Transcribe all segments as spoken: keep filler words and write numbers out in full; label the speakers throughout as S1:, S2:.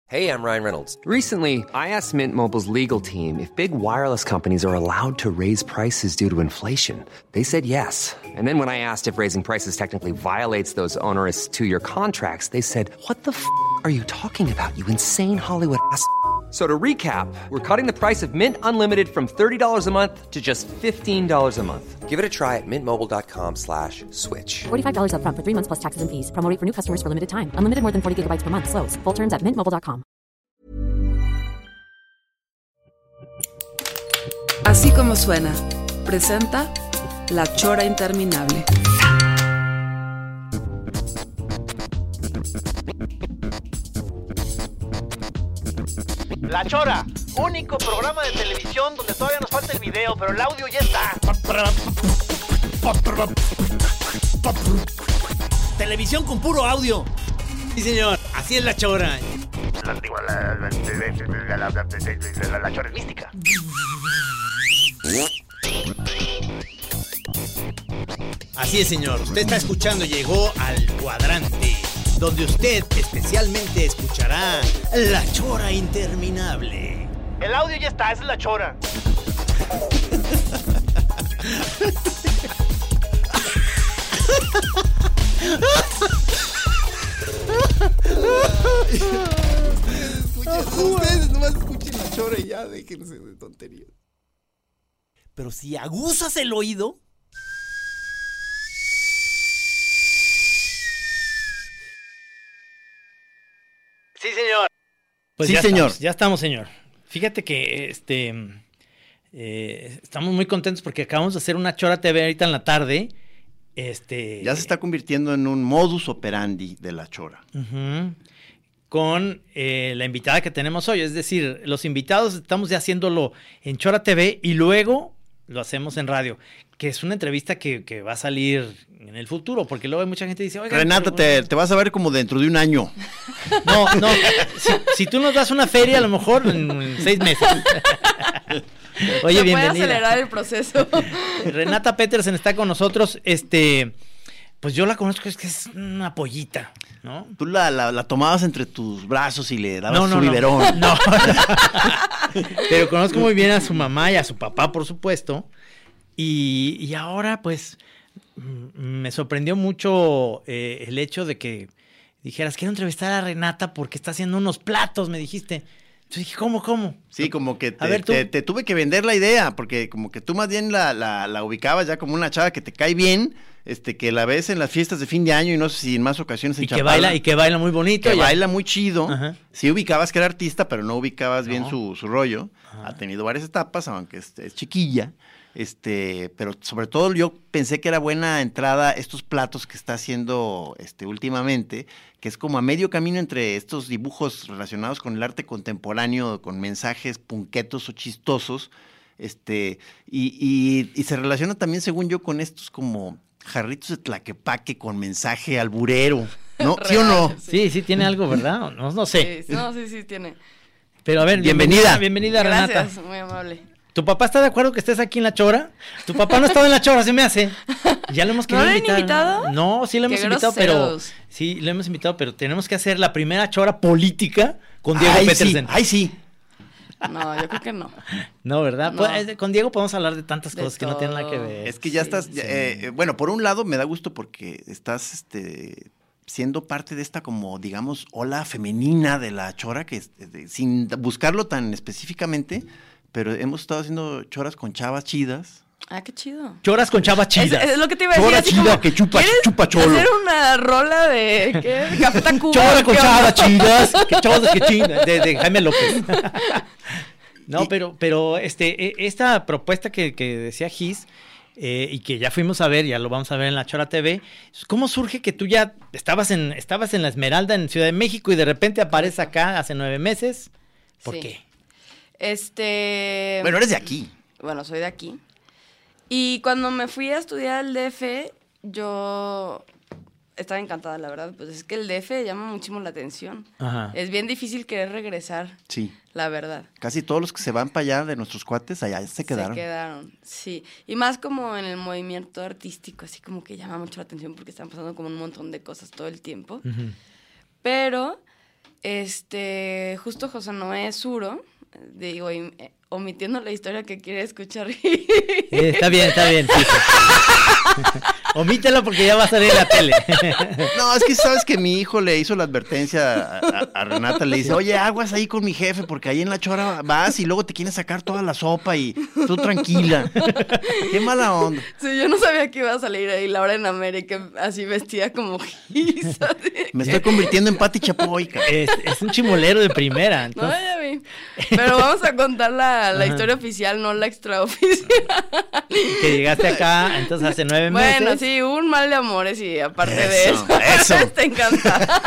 S1: Hey, I'm Ryan Reynolds.
S2: Recently, I asked Mint Mobile's legal team if big wireless companies are allowed to raise prices due to inflation. They said yes. And then when I asked if raising prices technically violates those onerous two-year contracts, they said, what the f*** are you talking about, you insane Hollywood ass f- So to recap, we're cutting the price of Mint Unlimited from thirty dollars a month to just fifteen dollars a month.
S1: Give it a try at mintmobile.com slash switch.
S3: forty-five dollars up front for three months plus taxes and fees. Promo rate for new customers for limited time. Unlimited more than forty gigabytes per month. Slows full terms at mint mobile dot com.
S4: Así como suena, presenta La Chora Interminable.
S5: La Chora, único programa de televisión donde todavía nos falta el video, pero el audio ya está.
S6: Televisión con puro audio. Sí, señor, así es La Chora.
S5: La, digo, la, la, la, la, la, la Chora es mística.
S6: Así es, señor. Usted está escuchando, llegó al cuadrante, donde usted especialmente escuchará La Chora Interminable.
S5: El audio ya está, esa es La Chora.
S6: Ustedes nomás escuchen La Chora y ya déjense de tonterías. Pero si aguzas el oído...
S5: Sí, señor.
S6: Pues
S7: sí,
S6: ya
S7: señor.
S6: Estamos, ya estamos, señor. Fíjate que este eh, estamos muy contentos porque acabamos de hacer una Chora T V ahorita en la tarde. Este,
S7: ya se está convirtiendo en un modus operandi de La Chora.
S6: Uh-huh, con eh, la invitada que tenemos hoy. Es decir, los invitados estamos ya haciéndolo en Chora T V y luego lo hacemos en radio, que es una entrevista que, que va a salir en el futuro, porque luego hay mucha gente que dice, oiga,
S7: Renata,
S6: pero,
S7: te, te vas a ver como dentro de un año.
S6: No, no, si, si tú nos das una feria, a lo mejor en, en seis meses. Oye,
S4: Se
S6: bienvenida.
S4: puede acelerar el proceso.
S6: Renata Petersen está con nosotros, este, pues yo la conozco, es que es una pollita, ¿no?
S7: Tú la, la, la tomabas entre tus brazos y le dabas
S6: No, no,
S7: su
S6: no.
S7: biberón.
S6: No. Pero conozco muy bien a su mamá y a su papá, por supuesto. Y, y ahora, pues, mm, me sorprendió mucho eh, el hecho de que dijeras, quiero entrevistar a Renata porque está haciendo unos platos, me dijiste. Entonces dije, ¿cómo, cómo?
S7: Sí, como que
S6: A
S7: te,
S6: ver, tú.
S7: te, te tuve que vender la idea, porque como que tú más bien la, la, la ubicabas ya como una chava que te cae bien, este, que la ves en las fiestas de fin de año y no sé si en más ocasiones en
S6: Y que
S7: Chapala,
S6: baila, y que baila muy bonito.
S7: que
S6: ya.
S7: baila muy chido.
S6: Ajá.
S7: Sí ubicabas que era artista, pero no ubicabas
S6: No.
S7: bien su, su rollo.
S6: Ajá.
S7: Ha tenido varias etapas, aunque es, es chiquilla. Este, pero sobre todo yo pensé que era buena entrada estos platos que está haciendo este, últimamente, que es como a medio camino entre estos dibujos relacionados con el arte contemporáneo, con mensajes punquetos o chistosos, este, y, y, y se relaciona también, según yo, con estos como jarritos de tlaquepaque con mensaje alburero, ¿no? ¿Sí o no?
S6: Sí, sí, tiene algo, ¿verdad? No, no sé.
S4: Sí, no, sí, sí, tiene.
S6: Pero a ver,
S7: Bienvenida.
S6: Bienvenida, Renata.
S4: Gracias, muy amable.
S6: ¿Tu papá está de acuerdo que estés aquí en La Chora? Tu papá no ha estado en La Chora, se me hace. Ya lo hemos querido
S4: ¿No lo han
S6: invitar.
S4: invitado?
S6: No, sí lo
S4: Qué
S6: hemos invitado, pero
S4: groseros.
S6: sí, lo hemos invitado, pero tenemos que hacer la primera Chora política con Diego
S7: Ay,
S6: Petersen.
S7: sí, ay, sí.
S4: No, yo creo que no.
S6: No, ¿verdad?
S4: No.
S6: Pues, con Diego podemos hablar de tantas
S4: De
S6: cosas que no tienen nada que
S4: todo.
S6: ver.
S7: Es que ya
S4: Sí,
S7: estás, ya,
S6: sí.
S7: eh, bueno, por un lado me da gusto porque estás, este, siendo parte de esta como, digamos, ola femenina de La Chora, que este, sin buscarlo tan específicamente, pero hemos estado haciendo choras con chavas chidas.
S4: Ah, qué chido.
S6: Choras con chavas
S4: Es,
S6: chidas.
S4: es lo que te iba a decir.
S7: Chora
S4: así
S7: chida
S4: como,
S7: que chupa,
S4: ¿quieres
S7: chupa cholo.
S4: hacer una rola de, ¿qué? De Café Tacuba.
S6: Chora con
S4: ¿Qué
S6: chavas
S4: onda?
S6: chidas. Que chavas que chidas. De, de Jaime López. No,
S7: Y-
S6: pero, pero este, e- esta propuesta que, que decía Gis, eh, y que ya fuimos a ver, ya lo vamos a ver en La Chora T V, ¿cómo surge que tú ya estabas en, estabas en La Esmeralda, en Ciudad de México, y de repente apareces acá hace nueve meses? ¿Por
S4: Sí.
S6: qué?
S4: Este...
S7: Bueno, eres de aquí.
S4: Bueno, soy de aquí. Y cuando me fui a estudiar al D F, yo estaba encantada, la verdad. Pues es que el D F llama muchísimo la atención.
S6: Ajá.
S4: Es bien difícil querer regresar,
S7: Sí.
S4: la verdad.
S7: Casi todos los que se van para allá de nuestros cuates, allá se quedaron.
S4: Se quedaron, sí. Y más como en el movimiento artístico, así como que llama mucho la atención porque están pasando como un montón de cosas todo el tiempo.
S6: Ujú.
S4: Pero Este, justo José Noé Suro, digo, y, eh, omitiendo la historia que quiere escuchar.
S6: Eh, está bien, está bien. Sí, sí. Omítelo porque ya va a salir en la tele.
S7: No, es que sabes que mi hijo le hizo la advertencia a, a, a Renata, le dice, oye, aguas ahí con mi jefe, porque ahí en la Chora vas y luego te quieren sacar toda la sopa y tú tranquila. Qué mala onda.
S4: Sí, yo no sabía que iba a salir ahí Laura en América, así vestida como Gisa.
S7: Me estoy convirtiendo en Pati Chapoy, cabrón.
S6: Es, es un chimolero de primera. Entonces...
S4: No, ya vi. Pero vamos a contar la, la historia oficial, no la extraoficial.
S6: Que llegaste acá, entonces hace nueve meses.
S4: Bueno, sí, hubo un mal de amores y aparte
S7: Eso,
S4: de eso,
S7: eso.
S4: está encantada.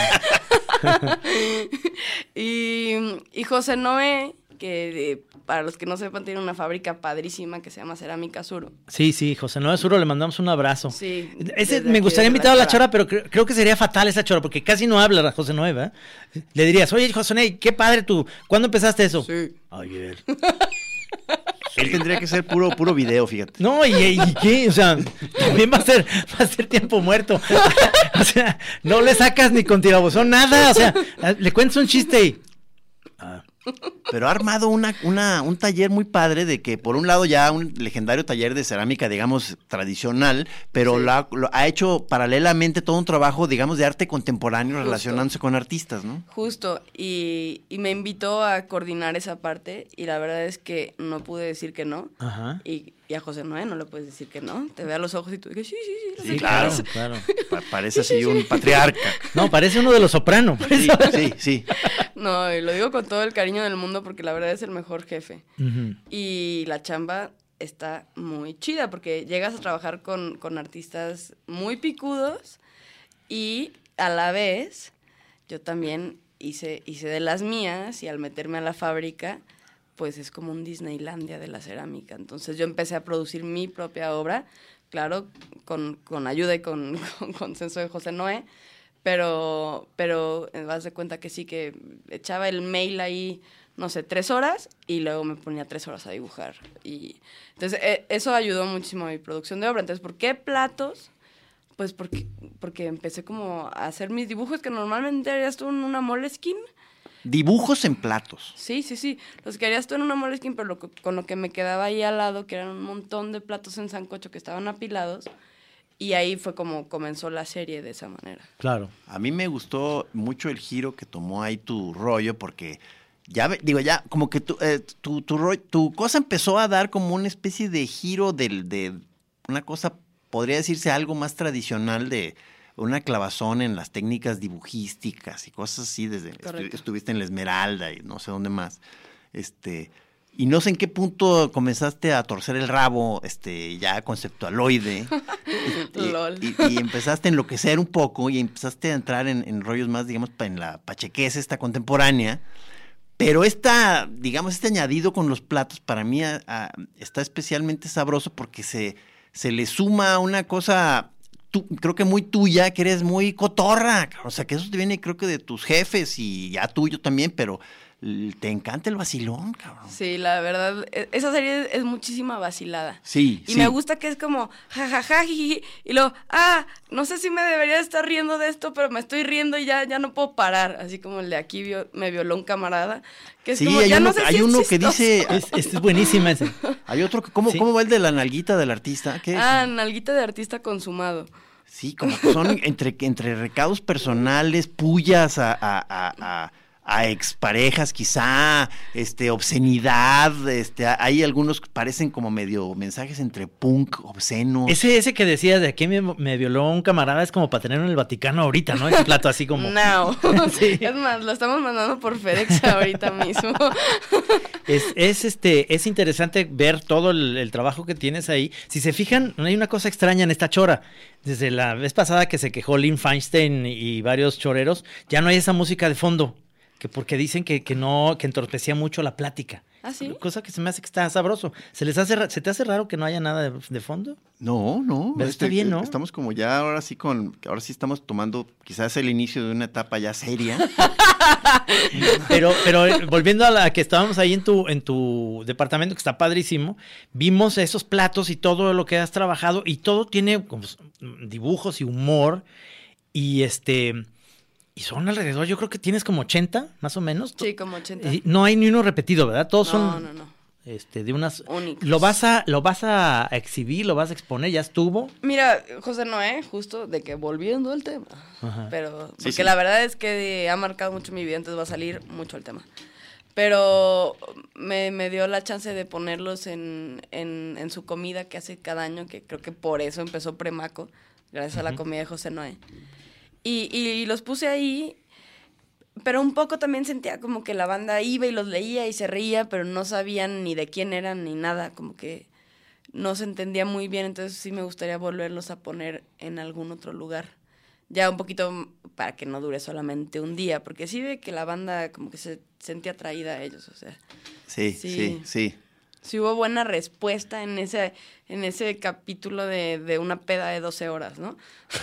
S4: y, y José Noé, que eh, para los que no sepan, tiene una fábrica padrísima que se llama Cerámica Suro.
S6: Sí, sí, José Noé Suro, le mandamos un abrazo.
S4: Sí.
S6: Ese,
S4: desde
S6: me
S4: aquí,
S6: gustaría
S4: desde
S6: invitar a la
S4: Chora.
S6: Chora, pero creo, creo que sería fatal esa Chora, porque casi no habla la José Noé, ¿verdad? Le dirías, oye, José Noé, qué padre tú, ¿cuándo empezaste eso?
S4: Sí.
S6: Ayer.
S7: Él tendría que ser puro, puro video, fíjate.
S6: No, ¿y, y qué? O sea, también va a ser, va a ser tiempo muerto. O sea, no le sacas ni con tirabuzón nada. O sea, le cuentas un chiste y... Ah.
S7: Pero ha armado una, una, un taller muy padre de que, por un lado, ya un legendario taller de cerámica, digamos, tradicional, pero
S4: Sí.
S7: lo, ha, lo ha hecho paralelamente todo un trabajo, digamos, de arte contemporáneo
S4: Justo.
S7: relacionándose con artistas, ¿no?
S4: Justo, y, y me invitó a coordinar esa parte y la verdad es que no pude decir que no.
S6: Ajá.
S4: Y, y a José Noé no le puedes decir que no. Te ve a los ojos y tú dices, sí, sí, sí. lo
S7: Sí,
S4: sé,
S7: claro.
S4: sé".
S6: claro.
S7: Pa- parece así un patriarca.
S6: No, parece uno de los Soprano.
S7: Sí, sí, sí.
S4: No, y lo digo con todo el cariño del mundo porque la verdad es el mejor jefe.
S6: Ujú.
S4: Y la chamba está muy chida porque llegas a trabajar con, con artistas muy picudos y a la vez yo también hice, hice de las mías y al meterme a la fábrica pues es como un Disneylandia de la cerámica. Entonces yo empecé a producir mi propia obra, claro, con, con ayuda y con, con consenso de José Noé, pero, pero eh, vas de cuenta que sí, que echaba el mail ahí, no sé, tres horas y luego me ponía tres horas a dibujar. Y entonces eh, eso ayudó muchísimo a mi producción de obra. Entonces, ¿por qué platos? Pues porque, porque empecé como a hacer mis dibujos que normalmente harías tú en una Moleskine.
S7: Dibujos en platos.
S4: Sí, sí, sí. Los que harías tú en una Moleskine, pero lo que- con lo que me quedaba ahí al lado, que eran un montón de platos en sancocho que estaban apilados. Y ahí fue como comenzó la serie de esa manera.
S6: Claro.
S7: A mí me gustó mucho el giro que tomó ahí tu rollo, porque ya, ve- digo, ya, como que tu, eh, tu, tu, ro- tu cosa empezó a dar como una especie de giro del, de una cosa, podría decirse algo más tradicional de una clavazón en las técnicas dibujísticas y cosas así, desde estu-
S4: Correcto.
S7: estuviste en la Esmeralda y no sé dónde más. Este, y no sé en qué punto comenzaste a torcer el rabo, este, ya conceptualoide. y,
S4: Lol.
S7: y- y empezaste a enloquecer un poco y empezaste a entrar en, en rollos más, digamos, pa- en la pachequez esta contemporánea. Pero esta, digamos, este añadido con los platos para mí a- a- está especialmente sabroso porque se, se le suma una cosa, tú- creo que muy tuya, que eres muy cotorra. O sea, que eso te viene creo que de tus jefes y ya tuyo también, pero l- te encanta el vacilón, cabrón.
S4: Sí, la verdad, e- esa serie es muchísima vacilada.
S7: Sí,
S4: Y
S7: sí.
S4: me gusta que es como, jajaja, jiji, y luego, ah, no sé si me debería estar riendo de esto, pero me estoy riendo y ya, ya no puedo parar. Así como el de aquí vio- me violó un camarada. Que es
S7: Sí,
S4: como,
S7: hay
S4: ya
S7: uno,
S4: no sé
S7: hay
S4: si es
S7: uno que
S4: chistoso.
S7: dice,
S6: Es, es buenísima ese.
S7: hay otro que, ¿cómo,
S6: Sí.
S7: ¿cómo va el de la nalguita del artista? ¿Qué es?
S4: Ah, nalguita de artista consumado.
S7: Sí, como que son entre, entre recados personales, pullas a, a, a, a, a exparejas quizá, este, obscenidad, este, hay algunos que parecen como medio mensajes entre punk, obscenos.
S6: Ese, ese que decías de aquí me, me violó un camarada es como para tenerlo en el Vaticano ahorita, ¿no? Ese plato así como...
S4: No.
S6: Sí.
S4: Es más, lo estamos mandando por FedEx ahorita mismo.
S6: Es, es, este, es interesante ver todo el, el trabajo que tienes ahí. Si se fijan, hay una cosa extraña en esta chora. Desde la vez pasada que se quejó Lynn Feinstein y varios choreros, ya no hay esa música de fondo. Que porque dicen que, que no, que entorpecía mucho la plática.
S4: ¿Ah, sí?
S6: Cosa que se me hace que está sabroso. ¿Se les hace, ra- ¿se te hace raro que no haya nada de, de fondo?
S7: No, no.
S6: Pero está bien, ¿no?
S7: Estamos como ya ahora sí con, ahora sí estamos tomando quizás el inicio de una etapa ya seria.
S6: Pero, pero eh, volviendo a la que estábamos ahí en tu, en tu departamento, que está padrísimo, vimos esos platos y todo lo que has trabajado, y todo tiene como s- dibujos y humor, y este, Y son alrededor, yo creo que tienes como ochenta, más o menos.
S4: Sí, como ochenta.
S6: Y no hay ni uno repetido, ¿verdad? Todos
S4: No,
S6: son
S4: no, no.
S6: este, de unas...
S4: Únicos.
S6: ¿Lo vas a, lo vas a exhibir, lo vas a exponer? ¿Ya estuvo?
S4: Mira, José Noé, justo de que volviendo al tema,
S6: Ajá.
S4: pero
S7: Sí,
S4: porque
S7: sí.
S4: la verdad es que ha marcado mucho mi vida, entonces va a salir mucho el tema. Pero me, me dio la chance de ponerlos en, en, en su comida que hace cada año, que creo que por eso empezó Premaco, gracias a la comida de José Noé. Y, y los puse ahí, pero un poco también sentía como que la banda iba y los leía y se reía, pero no sabían ni de quién eran ni nada, como que no se entendía muy bien, entonces sí me gustaría volverlos a poner en algún otro lugar. Ya un poquito para que no dure solamente un día, porque sí ve que la banda como que se sentía atraída a ellos, o sea.
S7: Sí,
S4: Sí.
S7: sí, sí.
S4: Sí hubo buena respuesta en ese, en ese capítulo de, de una peda de doce horas, ¿no?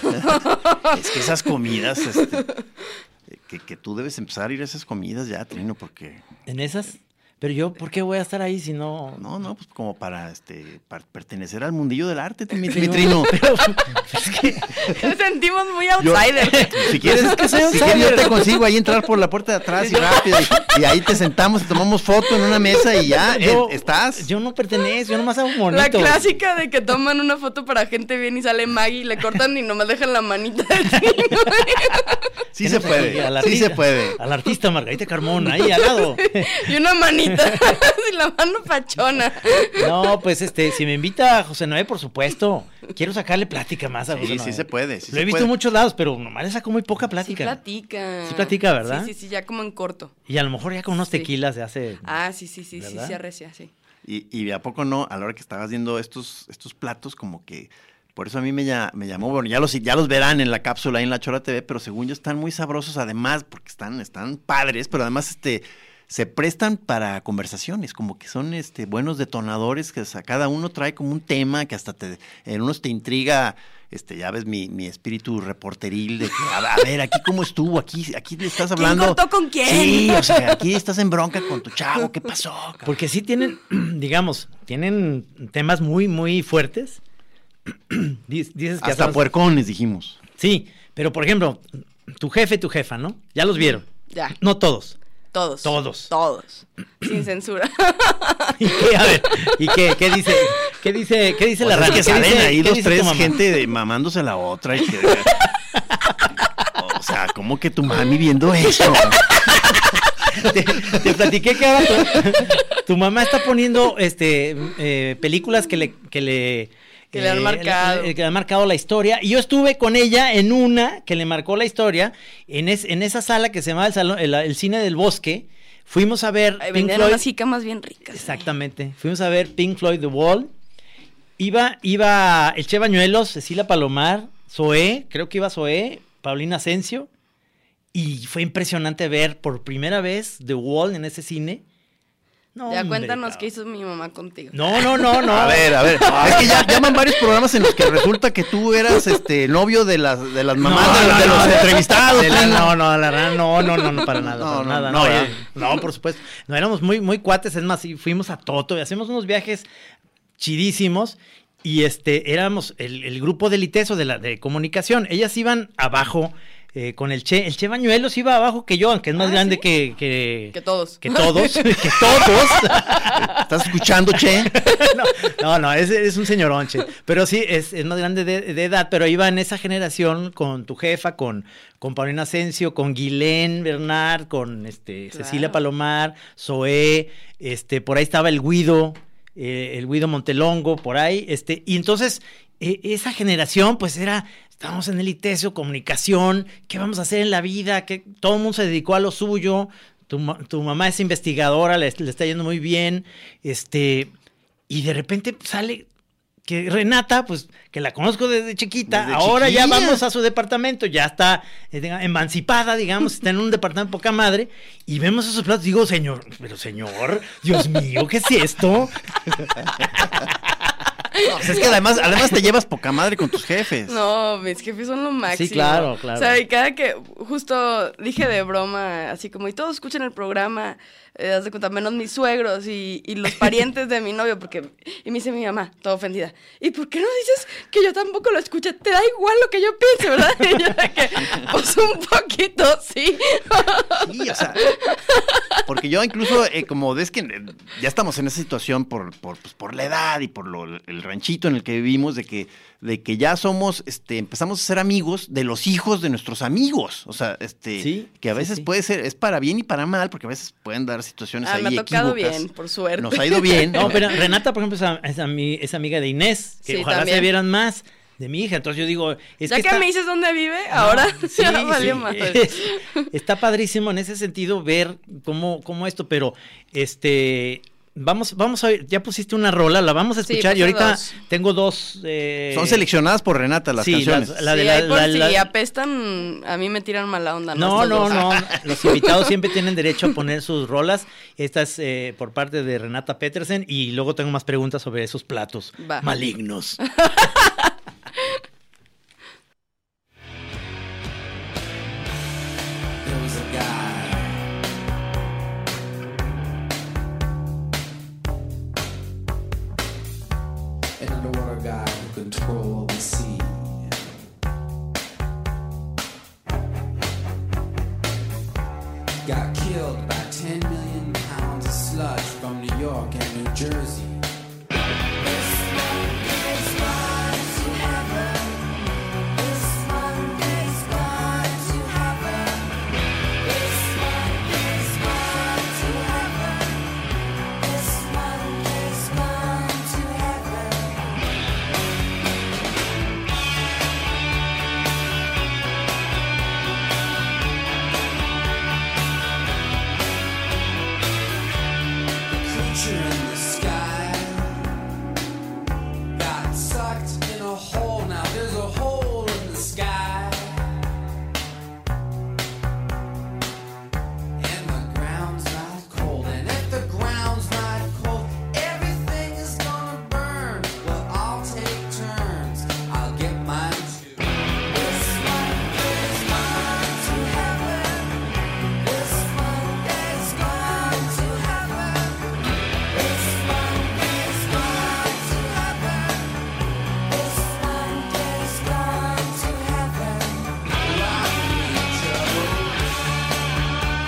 S7: Es que esas comidas, este, que, que tú debes empezar a ir a esas comidas ya, Trino, porque...
S6: ¿En esas? Pero yo, ¿por qué voy a estar ahí si no...?
S7: No, no, pues como para este para pertenecer al mundillo del arte, mi, mi
S6: Pero-
S7: Trino.
S6: pero, es que...
S4: Nos sentimos muy
S7: Yo-
S4: outsiders.
S7: Si quieres,
S6: Es que soy
S7: si quieres yo
S6: outsider.
S7: te consigo ahí entrar por la puerta de atrás y rápido. Y, y ahí te sentamos y tomamos foto en una mesa y ya, eh,
S6: yo,
S7: estás.
S6: Yo no pertenezco, yo nomás hago bonito.
S4: La clásica de que toman una foto para gente bien y sale Maggie y le cortan y nomás dejan la manita de Trino.
S7: Sí se puede,
S6: Al
S7: sí se
S6: artista-
S7: puede.
S6: Al artista Margarita Carmona, ahí al lado.
S4: Y una manita, y la mano pachona.
S6: No, pues este, si me invita a José Noé, por supuesto. Quiero sacarle plática más a José
S7: Sí,
S6: Noé.
S7: sí se puede. Sí
S6: Lo
S7: se
S6: he visto
S7: puede.
S6: en muchos lados, pero nomás le saco muy poca
S4: Sí
S6: plática.
S4: platica.
S6: Sí platica, ¿verdad?
S4: Sí, sí, sí, ya como en corto.
S6: Y a lo mejor ya con unos
S4: Sí.
S6: tequilas se hace...
S4: Ah, sí, sí, sí, sí,
S6: ¿Verdad?
S4: sí, arrecia, sí.
S7: Y, y a poco no, a la hora que estabas viendo estos, estos platos, como que, por eso a mí me, ya, me llamó, bueno, ya los, ya los verán en la cápsula ahí en La Chora T V, pero según yo están muy sabrosos además, porque están, están padres, pero además este, se prestan para conversaciones, como que son este, buenos detonadores, que o sea, cada uno trae como un tema que hasta te, en unos te intriga. Este, ya ves mi, mi espíritu reporteril de que, a, a ver, aquí cómo estuvo, aquí, aquí le estás hablando.
S4: cortó con quién?
S7: Sí, o sea, aquí estás en bronca con tu chavo, ¿qué pasó? cabrón?
S6: Porque sí tienen, digamos, tienen temas muy, muy fuertes. Dices dices que
S7: Hasta
S6: hasta-
S7: puercones, dijimos.
S6: Sí, pero por ejemplo, tu jefe, tu jefa, ¿no? Ya los vieron.
S4: Ya,
S6: No todos.
S4: todos.
S6: Todos.
S4: Todos. Sin censura.
S6: ¿Y qué? A ver, ¿y qué? ¿Qué dice? ¿Qué dice? ¿Qué dice
S7: O
S6: la
S7: sea, es
S6: rana?
S7: que
S6: ¿Qué
S7: salen
S6: dice-
S7: ahí
S6: qué
S7: dos,
S6: dice tu
S7: tres
S6: mamá?
S7: gente de, mamándose la otra. Y que, o sea, ¿cómo que tu mami viendo esto?
S6: Te, te platiqué que ahora tu, tu mamá está poniendo este eh, películas que le que le
S4: Que le han marcado.
S6: le- que le han marcado la historia, y yo estuve con ella en una que le marcó la historia en es, en esa sala que se llama el salón el, el cine del bosque. Fuimos a ver
S4: Ay,
S6: Pink
S4: vendían
S6: Floyd.
S4: unas jicamas bien ricas.
S6: Exactamente. Fuimos a ver Pink Floyd The Wall. Iba, iba el Che Bañuelos, Cecilia Palomar, Zoé, creo que iba Zoé, Paulina Asensio. Y fue impresionante ver por primera vez The Wall en ese cine. No,
S4: Ya
S6: hombre,
S4: cuéntanos
S6: cabrón.
S4: qué hizo mi mamá contigo.
S6: No, no, no, no.
S7: A ver, a ver. Es que ya llaman varios programas en los que resulta que tú eras este novio de las de las mamás
S6: No,
S7: de,
S6: no,
S7: de
S6: no,
S7: los
S6: no.
S7: entrevistados.
S6: De la-
S7: Trino.
S6: no, no, la verdad, no, no, no, no, para nada,
S7: No,
S6: para
S7: no,
S6: nada.
S7: no,
S6: No,
S7: ¿verdad?
S6: eh, no, por supuesto. No, éramos muy, muy cuates, es más, y fuimos a Toto y hacemos unos viajes chidísimos. Y este, éramos el, el grupo del ITESO de la de comunicación. Ellas iban abajo eh, con el Che. El Che Bañuelos iba abajo que yo, aunque es más
S4: Ah,
S6: grande
S4: ¿sí?
S6: que, que,
S4: Que todos.
S6: que todos. Que todos.
S7: ¿Estás escuchando, Che?
S6: no, no, no, es, es un señorón, Che. Pero sí, es, es más grande de, de edad, pero iba en esa generación con tu jefa, con, con Paulina Asensio, con Guilén Bernard, con este
S4: Claro.
S6: Cecilia Palomar, Zoé, este, por ahí estaba el Guido, eh, el Guido Montelongo, por ahí, este, y entonces, eh, esa generación, pues era, estábamos en el ITESO, comunicación, ¿qué vamos a hacer en la vida? Que todo el mundo se dedicó a lo suyo. Tu, ma- tu mamá es investigadora, le, le está yendo muy bien, este, y de repente sale que Renata, pues, que la conozco desde chiquita,
S7: Desde
S6: ahora ya
S7: chiquilla.
S6: vamos a su departamento, ya está eh, diga, emancipada, digamos, está en un departamento poca madre, y vemos esos platos, digo, señor, pero señor, Dios mío, ¿qué es esto?
S7: No, pues es que además, además te llevas poca madre con tus jefes.
S4: No, mis jefes son lo máximo.
S6: Sí, claro, claro.
S4: O sea, y cada que justo dije de broma, así como, y todos escuchan el programa, eh, haz de cuenta, menos mis suegros y, y los parientes de mi novio, porque, y me dice mi mamá, toda ofendida, ¿y por qué no dices que yo tampoco lo escuché? Te da igual lo que yo piense, ¿verdad? Y yo de que, pues un poquito, sí.
S7: Sí, o sea, porque yo incluso, eh, como ves que eh, ya estamos en esa situación por, por, pues, por la edad y por lo, el ranchito en el que vivimos, de que, de que ya somos, este, empezamos a ser amigos de los hijos de nuestros amigos. O sea, este,
S6: Sí,
S7: que a
S6: sí,
S7: veces
S6: sí.
S7: puede ser, es para bien y para mal, porque a veces pueden dar situaciones
S4: Ah,
S7: ahí
S4: me ha tocado
S7: equívocas.
S4: bien, por suerte.
S7: Nos ha ido bien.
S6: No, pero Renata, por ejemplo, es, am- es, ami- es amiga de Inés, que
S4: Sí,
S6: ojalá
S4: también.
S6: se vieran más de mi hija. Entonces yo digo, es
S4: ya
S6: que,
S4: que,
S6: está-
S4: me dices dónde vive, ahora
S6: Sí,
S4: ya valió
S6: sí,
S4: más.
S6: es- está padrísimo en ese sentido ver cómo, cómo esto, pero este vamos, vamos a oír, ya pusiste una rola, la vamos a
S4: Sí,
S6: escuchar y
S4: puse
S6: ahorita
S4: dos.
S6: tengo dos. eh,
S7: Son seleccionadas por Renata las
S6: sí,
S7: canciones.
S6: las- la de
S4: Sí,
S6: la-
S4: ahí por
S6: la-
S4: si
S6: la-
S4: apestan, a mí me tiran mala onda.
S6: No,
S4: Estos
S6: no,
S4: dos.
S6: no. Los invitados siempre tienen derecho a poner sus rolas. Esta es eh, por parte de Renata Petersen. Y luego tengo más preguntas sobre esos platos
S4: Va.
S6: malignos.
S8: There was a guy. An underwater guy who controlled the sea. Got killed by ten million pounds of sludge from New York and New Jersey. Creature in the sky got sucked in a hole. Now there's a hole in the sky, and the ground's not cold. And if the ground's not cold, everything is gonna burn. Well, I'll take turns. I'll get mine too. This one is gone to heaven. This one is gone to heaven. This one is gone to heaven. This one is gone to heaven. Rock me, Joe.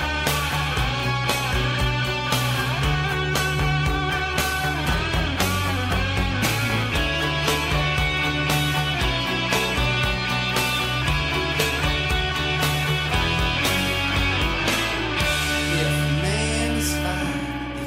S8: If man is fine,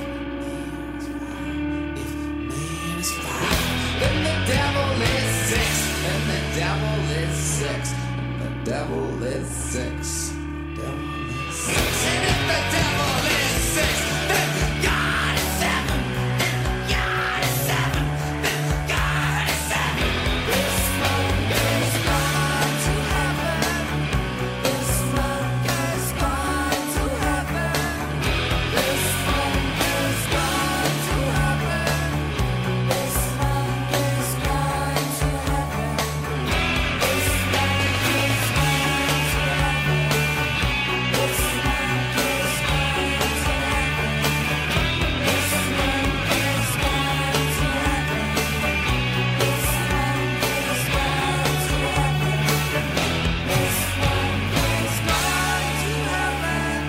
S8: if man is fine, then the devil is six, and the devil is six, and the devil is six, devil is six, and if the devil is six, then God is seven, then God is seven, then God is seven. This one is gone to heaven. This one is gone to heaven. This one is gone to heaven. This one is gone to heaven. This one is gone to heaven. This one is gone to heaven. This one is gone to heaven. This one is gone to heaven. This one is gone to heaven.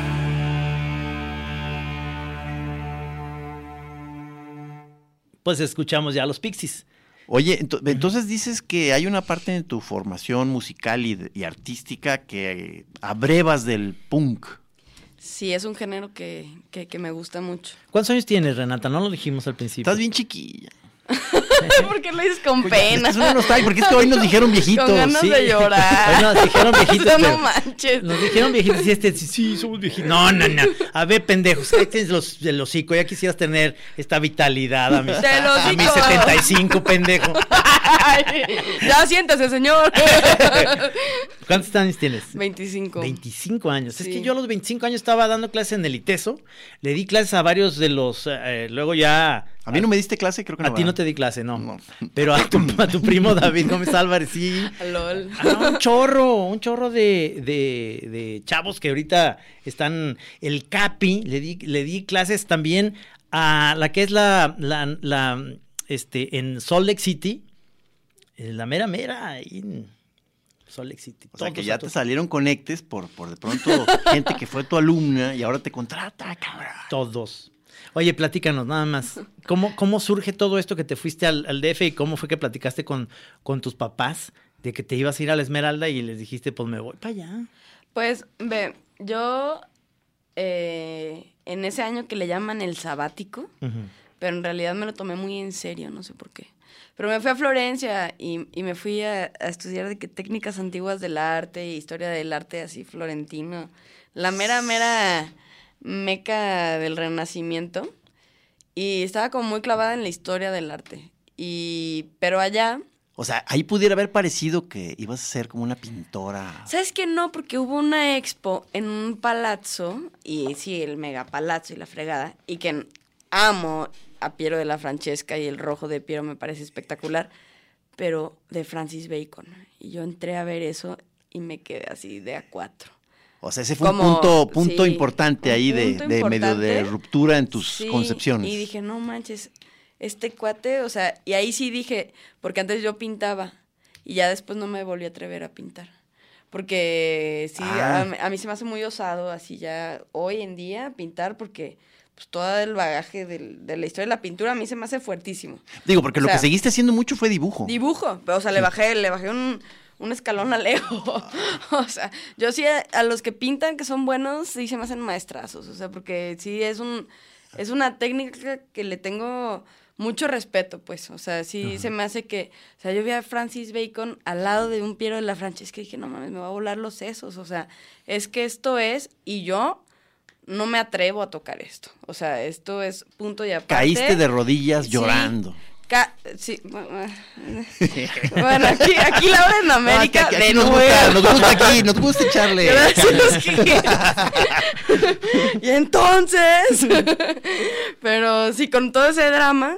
S6: Pues escuchamos ya a los Pixies.
S7: Oye, ento- entonces dices que hay una parte en tu formación musical y, de- y artística que eh, abrevas del punk.
S4: Sí, es un género que, que, que me gusta mucho.
S6: ¿Cuántos años tienes, Renata? No lo dijimos al principio.
S7: Estás bien chiquilla.
S4: ¿Por qué lo dices con
S7: Es
S4: pena?
S7: que es una nostalgia, porque es que hoy nos dijeron viejitos.
S4: Con ganas
S6: sí.
S4: de llorar.
S6: Hoy nos dijeron viejitos,
S4: O sea, no
S6: pero-
S4: manches.
S6: Nos dijeron viejitos y este, sí, sí, somos viejitos. No, no, no. A ver, pendejos, ahí tienes los, el hocico. Ya quisieras tener esta vitalidad a mis,
S4: Del
S6: a mis
S4: hocico.
S6: setenta y cinco, pendejo.
S4: Ay, ya siéntese, señor.
S6: ¿Cuántos años tienes?
S4: veinticinco.
S6: veinticinco años. Es
S4: Sí.
S6: que yo a los veinticinco años estaba dando clases en el ITESO. Le di clases a varios de los, eh, luego ya
S7: A mí no me diste clase, creo que no.
S6: A ti
S7: ¿verdad?
S6: no te di clase, no.
S7: No.
S6: Pero a tu, a tu primo David Gómez Álvarez, sí.
S4: LOL.
S6: Ah, un chorro, un chorro de, de, de chavos que ahorita están, el Capi, le di, le di clases también a la que es la, la, la este, en Salt Lake City, en la mera mera, ahí en Salt Lake City.
S7: O sea, que
S6: Todos
S7: ya
S6: a
S7: te
S6: todos.
S7: salieron conectes por, por de pronto gente que fue tu alumna y ahora te contrata, cabrón.
S6: Todos. Oye, platícanos nada más. ¿Cómo, cómo surge todo esto que te fuiste al, al D F y cómo fue que platicaste con, con tus papás de que te ibas a ir a la Esmeralda y les dijiste, pues me voy para allá?
S4: Pues, ve, yo eh, en ese año que le llaman el sabático,
S6: Ujú.
S4: pero en realidad me lo tomé muy en serio, no sé por qué. Pero me fui a Florencia y, y me fui a, a estudiar de que técnicas antiguas del arte y historia del arte así florentino. La mera, mera meca del Renacimiento. Y estaba como muy clavada en la historia del arte. Y, pero allá...
S7: O sea, ahí pudiera haber parecido que ibas a ser como una pintora.
S4: ¿Sabes qué? No, porque hubo una expo en un palazzo, y sí, el mega palazzo y la fregada, y que amo a Piero de la Francesca y el rojo de Piero me parece espectacular, pero de Francis Bacon. Y yo entré a ver eso y me quedé así de a cuatro.
S7: O sea, ese fue
S4: Como-
S7: un punto, punto
S4: sí,
S7: importante
S4: un
S7: ahí de,
S4: punto
S7: de medio de
S4: importante.
S7: ruptura en tus
S4: Sí,
S7: concepciones.
S4: Y dije, no manches, este cuate, o sea, y ahí sí dije, porque antes yo pintaba y ya después no me volví a atrever a pintar. Porque sí,
S7: Ah.
S4: a, mí- a mí se me hace muy osado así ya hoy en día pintar porque pues todo el bagaje del- de la historia de la pintura a mí se me hace fuertísimo.
S7: Digo, porque
S4: o
S7: lo
S4: sea,
S7: que seguiste haciendo mucho fue dibujo.
S4: Dibujo, pero, o sea, le bajé, le bajé un, un escalón a Leo. O sea, yo sí a, a los que pintan que son buenos, sí se me hacen maestrazos. O sea, porque sí es un, es una técnica que le tengo mucho respeto, pues. O sea, sí se me hace que, o sea, yo vi a Francis Bacon al lado de un Piero de la Francesca y dije, no mames, me va a volar los sesos. O sea, es que esto es, y yo no me atrevo a tocar esto. O sea, esto es punto y aparte.
S7: Caíste de rodillas
S4: Sí.
S7: llorando.
S4: Ca- sí, bueno, bueno, aquí, aquí Laura en América,
S7: No, aquí, aquí
S4: de
S7: nos
S4: nuevo.
S7: gusta, nos gusta aquí, nos gusta echarle.
S4: Gracias, Kike. Y entonces, pero sí, con todo ese drama,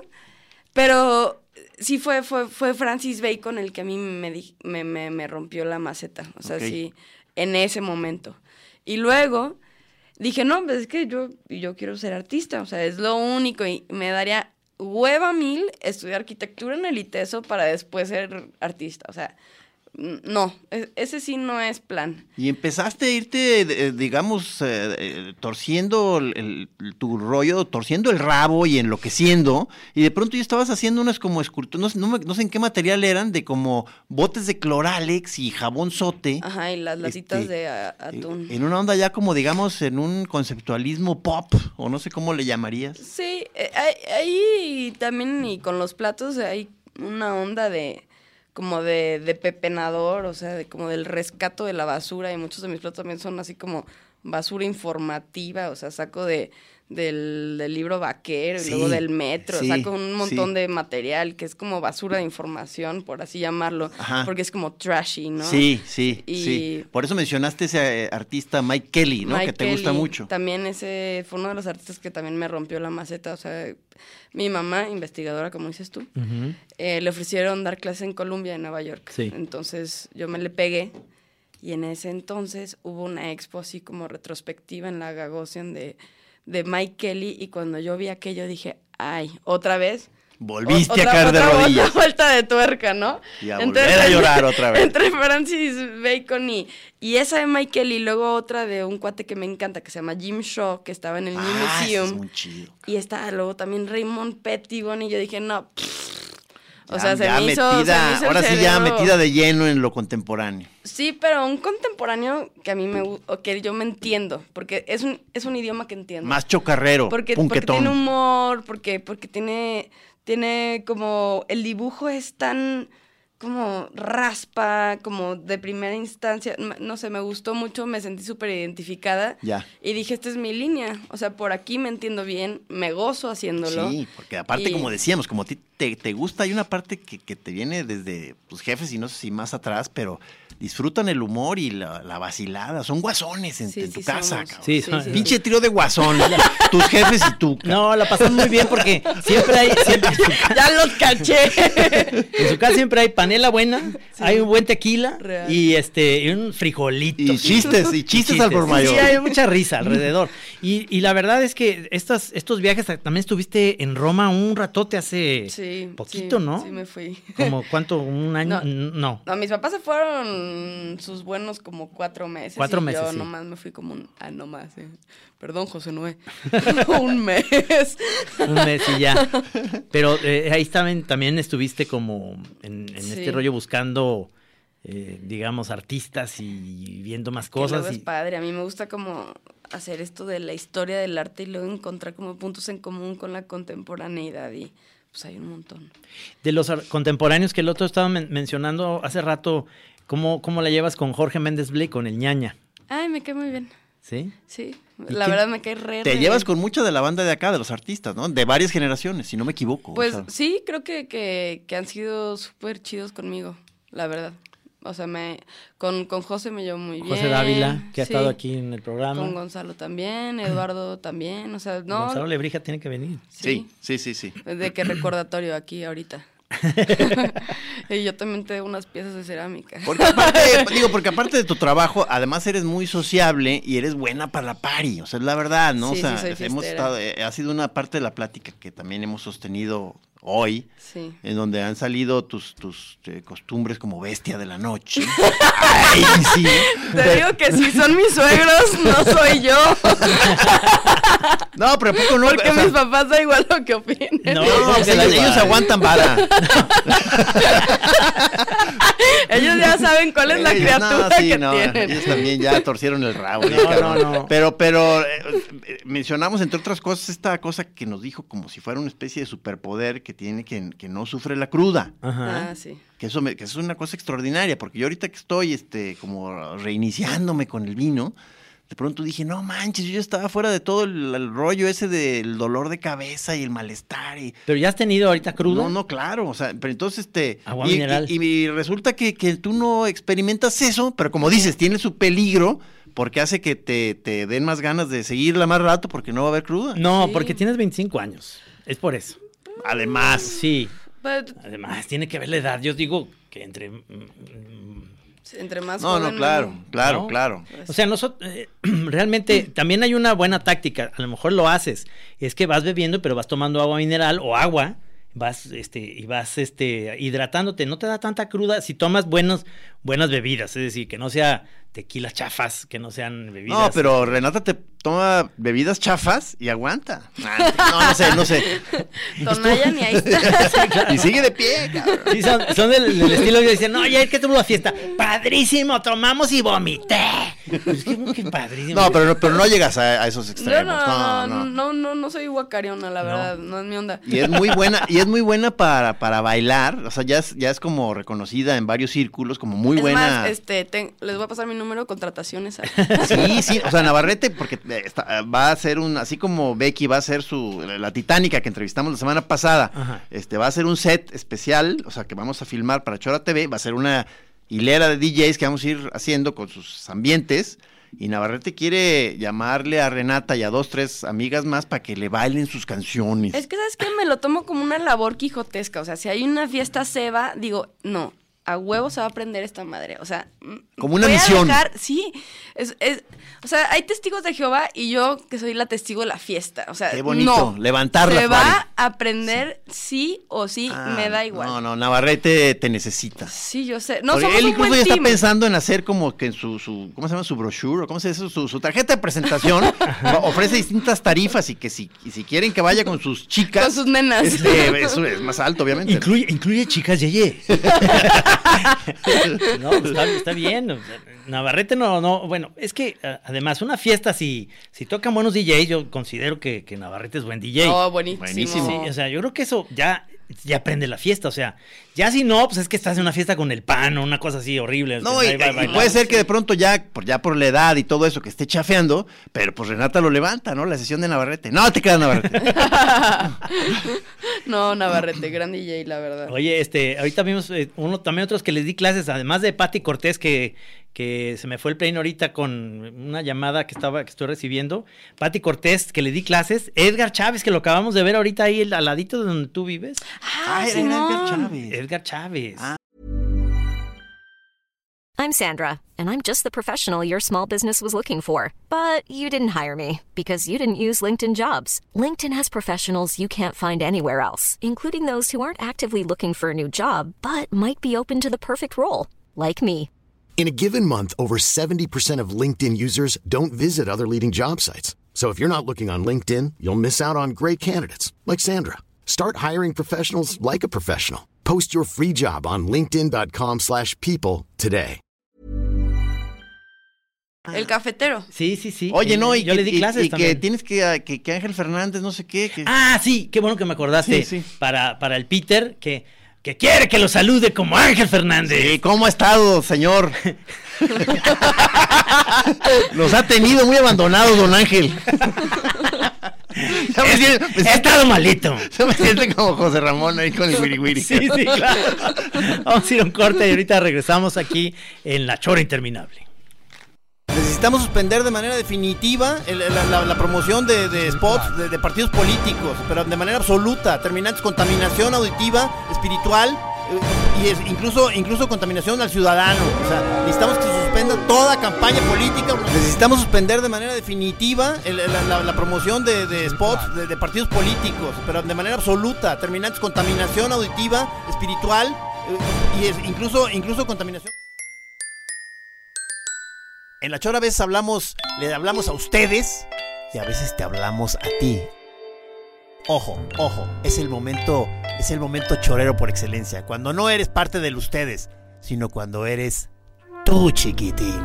S4: pero sí fue, fue, fue Francis Bacon el que a mí me, di- me, me, me rompió la maceta, o sea,
S7: Ok.
S4: sí, en ese momento. Y luego dije, no, pues es que yo, yo quiero ser artista, o sea, es lo único, y me daría hueva mil estudiar arquitectura en el ITESO para después ser artista, o sea, n- no, e- ese sí no es plan.
S7: Y empezaste a irte, eh, digamos, eh, eh, torciendo el, el- tu rollo, torciendo el rabo y enloqueciendo, y de pronto ya estabas haciendo unas como esculturas, no, sé- no, me- no sé en qué material eran, de como botes de cloralex y jabón sote.
S4: Ajá, y las latitas
S7: Este,
S4: de a- atún.
S7: En una onda ya como, digamos, en un conceptualismo pop, o no sé cómo le llamarías.
S4: Sí, eh, ahí- ahí también y con los platos hay una onda de como de, de pepenador, o sea, de como del rescato de la basura, y muchos de mis platos también son así como basura informativa, o sea, saco de del, del libro vaquero y
S7: Sí,
S4: luego del metro,
S7: sí,
S4: saco un montón
S7: sí.
S4: de material que es como basura de información, por así llamarlo,
S7: Ajá.
S4: porque es como trashy, ¿no?
S7: Sí, sí,
S4: Y-
S7: sí. Por eso mencionaste ese eh, artista Mike Kelly, ¿no?
S4: Mike
S7: que te gusta
S4: Kelly,
S7: mucho.
S4: También ese fue uno de los artistas que también me rompió la maceta. O sea, mi mamá, investigadora, como dices tú,
S6: Ujú.
S4: eh, le ofrecieron dar clases en Columbia, en Nueva York.
S6: Sí.
S4: Entonces yo me le pegué. Y en ese entonces hubo una expo así como retrospectiva en la Gagosian de, de Mike Kelly. Y cuando yo vi aquello dije, ay, otra vez.
S7: Volviste
S4: O- otra-
S7: a caer de
S4: otra-
S7: rodillas.
S4: Otra vuelta de tuerca, ¿no?
S7: Y a volver a llorar otra vez.
S4: Entre Francis Bacon y, y esa de Michael y luego otra de un cuate que me encanta que se llama Jim Shaw, que estaba en el New
S7: Ah, ese
S4: Museum.
S7: es muy chido.
S4: Y estaba luego también Raymond Pettibon y yo dije, no, pff. O
S7: Ya-
S4: sea, se
S7: ya
S4: me, hizo,
S7: metida,
S4: se me hizo el
S7: ahora sí ya
S4: cerebro.
S7: metida de lleno en lo contemporáneo.
S4: Sí, pero un contemporáneo que a mí me gu- o que yo me entiendo, porque es un, es un idioma que entiendo.
S7: Más chocarrero,
S4: Porque, porque
S7: punquetón.
S4: tiene humor, porque, porque tiene, tiene como, el dibujo es tan como raspa, como de primera instancia, m- no sé, me gustó mucho, me sentí súper identificada.
S7: Ya.
S4: Y dije, esta es mi línea, o sea, por aquí me entiendo bien, me gozo haciéndolo.
S7: Sí, porque aparte,
S4: Y-
S7: como decíamos, como a ti te, te gusta, hay una parte que, que te viene desde tus jefes y no sé si más atrás, pero disfrutan el humor y la, la vacilada. Son guasones en,
S4: Sí,
S7: en tu
S4: sí
S7: casa,
S4: somos.
S7: cabrón.
S6: Sí,
S4: Sí,
S6: son-
S4: sí,
S7: Pinche trío de guasón. Tus jefes y tú. cabrón.
S6: No, la pasan muy bien porque siempre hay, siempre, en, su ca-
S4: Ya los caché.
S6: en su casa siempre hay panela buena, hay un buen tequila
S4: Real.
S6: y este y un frijolito.
S7: Y chistes, y chistes al por mayor.
S6: Sí, hay mucha risa alrededor. Y, y la verdad es que estas, estos viajes, también estuviste en Roma un ratote hace
S4: Sí.
S6: poquito,
S4: sí,
S6: ¿no?
S4: Sí, me fui.
S6: Como cuánto, un año,
S4: No.
S6: no.
S4: No, mis papás se fueron sus buenos como cuatro meses.
S6: Cuatro
S4: y
S6: meses,
S4: Yo
S6: sí.
S4: nomás me fui como un. Ah, nomás, sí. Perdón, José Noé. un mes.
S6: Un mes y ya. Pero eh, ahí también, también estuviste como en, en
S4: Sí.
S6: este rollo buscando, eh, digamos, artistas y viendo más
S4: Que luego
S6: cosas.
S4: es
S6: Y,
S4: padre. A mí me gusta como hacer esto de la historia del arte y luego encontrar como puntos en común con la contemporaneidad y pues hay un montón.
S6: de los ar- contemporáneos que el otro estaba men- mencionando hace rato, ¿cómo, ¿cómo la llevas con Jorge Méndez Blake, con el ñaña?
S4: Ay, me cae muy bien.
S6: ¿Sí?
S4: Sí,
S6: ¿Y
S4: la
S6: quién-
S4: verdad me cae re
S7: Te
S4: re
S7: llevas
S4: bien.
S7: con mucha de la banda de acá, de los artistas, ¿no? De varias generaciones, si no me equivoco.
S4: Pues
S7: o sea.
S4: sí, creo que, que, que han sido súper chidos conmigo, la verdad. O sea, me con, con José me llevo muy bien.
S6: José Dávila, que ha
S4: sí.
S6: estado aquí en el programa.
S4: Con Gonzalo también, Eduardo también, o sea, no.
S6: Gonzalo Lebrija tiene que venir.
S7: Sí, sí, sí, sí.
S4: De qué recordatorio aquí ahorita. Y yo también te doy unas piezas de cerámica.
S7: Porque aparte, digo, porque aparte de tu trabajo, además eres muy sociable y eres buena para la party, o sea, es la verdad, ¿no?
S4: Sí,
S7: o sea,
S4: sí, soy
S7: hemos
S4: fiestera.
S7: estado, eh, ha sido una parte de la plática que también hemos sostenido hoy,
S4: Sí.
S7: en donde han salido tus, tus eh, costumbres como bestia de la noche. Ay, sí.
S4: Te digo que si son mis suegros, no soy yo.
S7: No, pero ¿a poco no?
S4: Porque
S7: O sea,
S4: mis papás da igual lo que opinen.
S6: No,
S7: no,
S6: porque
S7: pues,
S6: la-
S7: ellos, ellos aguantan vara.
S4: Ellos ya saben cuál es la
S7: Ellos,
S4: criatura
S7: no, sí,
S4: que
S7: no,
S4: tienen.
S7: ellos también ya torcieron el rabo.
S6: No,
S7: ya, cabrón.
S6: no, no.
S7: Pero, pero eh, eh, mencionamos entre otras cosas esta cosa que nos dijo como si fuera una especie de superpoder que tiene que, que no sufre la cruda.
S6: Ajá.
S4: Ah, sí.
S7: Que eso, me- que eso es una cosa extraordinaria, porque yo ahorita que estoy este, como reiniciándome con el vino, de pronto dije, no manches, yo ya estaba fuera de todo el, el rollo ese del dolor de cabeza y el malestar y...
S6: Pero ya has tenido ahorita cruda.
S7: No, no, claro, o sea, pero entonces este...
S6: Agua
S7: y,
S6: mineral.
S7: Y, y resulta que, que tú no experimentas eso, pero como dices, tiene su peligro porque hace que te, te den más ganas de seguirla más rato porque no va a haber cruda.
S6: No,
S4: Sí.
S6: porque tienes veinticinco años. Es por eso.
S7: Además,
S6: Sí.
S4: Pero,
S6: Además, tiene que ver la edad. Yo digo que entre... mm, mm,
S4: entre más
S7: no, no,
S4: joven,
S7: claro,
S4: uno-
S7: claro,
S6: ¿no?
S7: claro.
S6: O sea, nosotros realmente también hay una buena táctica, a lo mejor lo haces, es que vas bebiendo, pero vas tomando agua mineral o agua, vas este y vas este hidratándote, no te da tanta cruda si tomas buenos buenas bebidas, es decir, que no sea tequilas chafas, que no sean bebidas.
S7: No, pero Renata te toma bebidas chafas y aguanta. Ah, No, no sé, no sé.
S4: Tonayan y ahí está.
S7: Y sigue de pie, cabrón.
S6: Sí, son, son del, del estilo que dicen, no, ya es que tuvo la fiesta, padrísimo, tomamos y vomité. Pues que, que padrísimo.
S7: No, pero, no- pero no llegas a, a esos
S4: No,
S7: extremos.
S4: no,
S7: No,
S4: no,
S7: no.
S4: no, no, no soy guacariona, la verdad, no es mi onda.
S7: Y es muy buena, y es muy buena para, para bailar. O sea, ya es, ya es como reconocida en varios círculos, como muy
S4: es
S7: buena.
S4: más, este, te- les voy a pasar mi número de contrataciones.
S7: Sí, sí, o sea, Navarrete, porque eh, está- va a ser un, así como Becky va a ser su, la Titánica que entrevistamos la semana pasada,
S6: Ajá.
S7: este, va a ser un set especial, o sea, que vamos a filmar para Chora T V, va a ser una hilera de D Js que vamos a ir haciendo con sus ambientes, y Navarrete quiere llamarle a Renata y a dos, tres amigas más para que le bailen sus canciones.
S4: Es que, ¿sabes qué? Me lo tomo como una labor quijotesca. O sea, si hay una fiesta ceba, digo, no, a huevo se va a aprender esta madre. O sea, mm,
S7: Como una
S4: voy a
S7: misión.
S4: dejar- sí, es, es, o sea, hay testigos de Jehová y yo que soy la testigo de la fiesta. O sea,
S7: Qué bonito,
S4: no,
S7: levantarla,
S4: se
S7: Flori.
S4: va a aprender sí, o sí,
S7: Ah,
S4: me da igual.
S7: No, no, Navarrete te necesita.
S4: Sí, yo sé. No,
S7: Porque
S4: somos
S7: él
S4: un
S7: incluso
S4: buen
S7: ya está
S4: team.
S7: pensando en hacer como que en su, su ¿cómo se llama? Su brochure, o ¿cómo se dice? Su, su tarjeta de presentación, va- ofrece distintas tarifas y que si, y si quieren que vaya con sus chicas.
S4: Con sus nenas.
S7: este, eso es más alto, obviamente.
S6: Incluye, incluye chicas yeye. No, pues está, está bien. o sea, Navarrete no, no, bueno, es que a- además una fiesta, si, si tocan buenos D Js, yo considero que, que Navarrete es buen D J.
S4: Oh, buenísimo.
S7: Buenísimo.
S6: Sí, o sea, yo creo que eso ya ya prende la fiesta, o sea, ya si no, pues es que estás en una fiesta con el pan o una cosa así horrible.
S7: No, y, y puede ser que de pronto ya por, ya por la edad y todo eso que esté chafeando, pero pues Renata lo levanta, ¿no? La sesión de Navarrete. No, te queda Navarrete.
S4: No, Navarrete, gran D J, la verdad.
S6: Oye, este, ahorita vimos eh, uno, también otros que les di clases, además de Pati Cortés, que, que se me fue el plane ahorita con una llamada que estaba, que estoy recibiendo. Pati Cortés, que le di clases. Edgar Chávez, que lo acabamos de ver ahorita ahí al ladito de donde tú vives.
S4: Ah,
S7: Ah, era
S4: Simón.
S7: Edgar Chávez.
S6: Edgar Chávez.
S7: Ah.
S9: I'm Sandra, and I'm just the professional your small business was looking for. But you didn't hire me because you didn't use LinkedIn Jobs. LinkedIn has professionals you can't find anywhere else, including those who aren't actively looking for a new job, but might be open to the perfect role, like me.
S10: In a given month, over seventy percent of LinkedIn users don't visit other leading job sites. So if you're not looking on LinkedIn, you'll miss out on great candidates like Sandra. Start hiring professionals like a professional. Post your free job on linkedin.com slash people today.
S4: El cafetero.
S6: Sí, sí, sí.
S7: Oye, no, y
S6: yo
S7: que,
S6: le di
S7: y-
S6: clases
S7: y
S6: también.
S7: que tienes que, que, que Ángel Fernández, no sé qué. Que...
S6: Ah, sí, qué bueno que me acordaste.
S7: Sí, sí.
S6: Para, para el Peter, que, que quiere que lo salude como Ángel Fernández.
S7: Sí, ¿cómo ha estado, señor? Nos ha tenido muy abandonados, don Ángel. Ya me
S6: He,
S7: siento- me
S6: he
S7: siento-
S6: estado malito.
S7: Ya me siento como José Ramón ahí con el wiri wiri.
S6: Sí, sí, claro. Vamos a ir a un corte y ahorita regresamos aquí en La Chora Interminable.
S7: Necesitamos suspender de manera definitiva el- la, la- la promoción de, de spots de, de partidos políticos, pero de manera absoluta, terminantes, contaminación auditiva, espiritual eh, y es, incluso, incluso contaminación al ciudadano. O sea, necesitamos que se suspenda toda campaña política. Necesitamos suspender de manera definitiva el- la, la- la promoción de, de spots de, de partidos políticos, pero de manera absoluta, terminantes, contaminación auditiva, espiritual eh, y es, incluso, incluso contaminación. En La Chora a veces hablamos, le hablamos a ustedes y a veces te hablamos a ti. Ojo, ojo, es el momento, es el momento chorero por excelencia, cuando no eres parte del ustedes, sino cuando eres tú, chiquitín.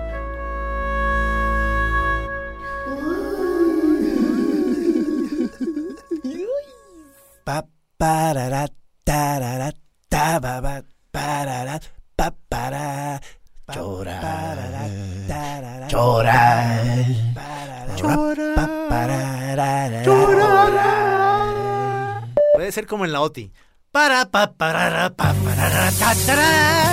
S7: Pa parara tarara ta ba ba parara pa para Chorar, chorar, chorar, chorar.
S11: Puede ser como en la O T I. Para, pa, parara, pa, parara, ta, tará.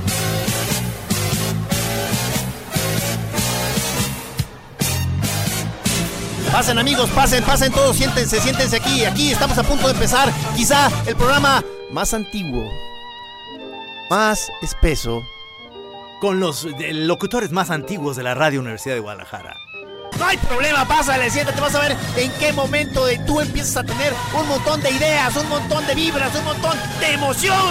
S7: Pasen, amigos, pasen, pasen todos, siéntense, siéntense aquí, aquí estamos a punto de empezar quizá el programa más antiguo, más espeso,
S11: Con los eh, locutores más antiguos de la Radio Universidad de Guadalajara.
S7: No hay problema, pásale, siéntate, vas a ver en qué momento de tú empiezas a tener un montón de ideas, un montón de vibras, un montón de emoción.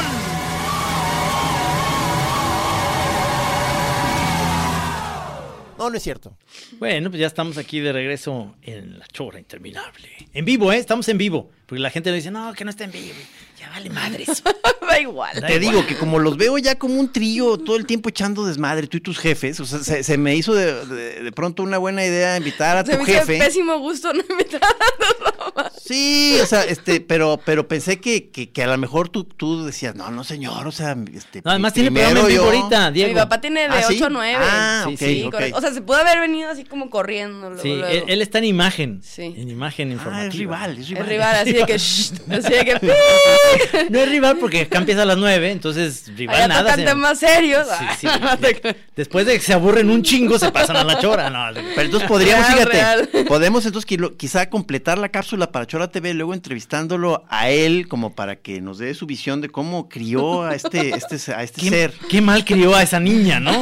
S7: No, no es cierto.
S6: Bueno, pues ya estamos aquí de regreso en La Chora Interminable. En vivo, ¿eh? Estamos en vivo. Porque la gente le dice, no, que no está en vivo. Ya vale madres.
S4: Da igual.
S6: Da
S7: Te
S6: igual.
S7: digo que como los veo ya como un trío todo el tiempo echando desmadre, tú y tus jefes, o sea, se, se me hizo de, de, de pronto una buena idea invitar a
S4: Se
S7: tu
S4: me hizo de
S7: jefe.
S4: pésimo gusto no invitar a los bromas.
S7: Sí, o sea, este, pero, pero pensé que, que, que a lo mejor tú, tú decías, no, no señor, o sea, este.
S6: No, además tiene
S7: primero
S6: programa en vivo
S7: yo.
S6: ahorita, Diego.
S4: Mi papá tiene de
S7: ¿Ah, sí?
S4: ocho a nueve.
S7: Ah,
S6: Sí,
S7: ok,
S6: sí,
S7: ok.
S4: correcto. O sea, se pudo haber venido así como corriendo. Luego,
S6: Sí,
S4: luego.
S6: él, él está en imagen.
S4: Sí.
S6: En imagen informativa.
S7: Ah, es rival, es rival.
S4: Es rival, así de que. shh, así de que.
S6: No es rival porque acá empieza a las nueve, entonces rival
S4: Allá
S6: nada.
S4: tocan
S6: se-
S4: temas serios.
S6: Sí, sí.
S4: No te creas.
S6: Después de que se aburren un chingo, se pasan a La Chora. No,
S7: Pero entonces podríamos,
S4: Real,
S7: fíjate,
S4: real.
S7: podemos entonces quilo- quizá completar la cápsula para Chora T V, luego entrevistándolo a él como para que nos dé su visión de cómo crió a este, este, a este
S6: qué,
S7: ser.
S6: qué mal crió a esa niña, ¿no?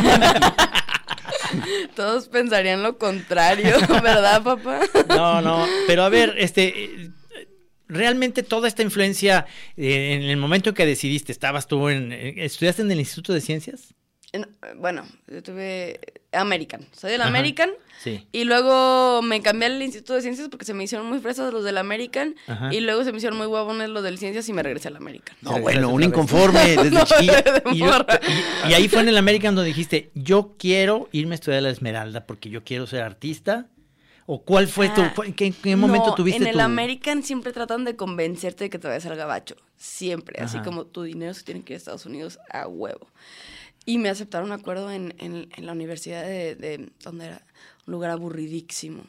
S4: Todos pensarían lo contrario, ¿verdad, papá?
S6: No, no, pero a ver, este, eh, realmente toda esta influencia, eh, en el momento en que decidiste, estabas tú en, eh, ¿estudiaste en el Instituto de Ciencias?
S4: En- Bueno, yo tuve American, soy del
S6: Ajá.
S4: American.
S6: Sí.
S4: Y luego me cambié al Instituto de Ciencias porque se me hicieron muy fresas los del American.
S6: Ajá.
S4: Y luego se me hicieron muy huevones los del Ciencias y me regresé al American.
S7: No, bueno, un inconforme desde
S4: No,
S7: chiquillo.
S4: de
S6: Y, yo-
S4: morra.
S6: y- y ahí fue en el American donde dijiste, yo quiero irme a estudiar a la Esmeralda porque yo quiero ser artista. ¿O cuál fue
S4: Ah,
S6: tu, cu- en qué, en qué momento
S4: no,
S6: tuviste
S4: en el
S6: tu...
S4: American siempre tratan de convencerte de que te vayas al gabacho. Siempre. Así
S6: Ajá.
S4: como tu dinero se tiene que ir a Estados Unidos a huevo. Y me aceptaron un acuerdo en, en, en la universidad de, de... ¿Dónde era? Un lugar aburridísimo.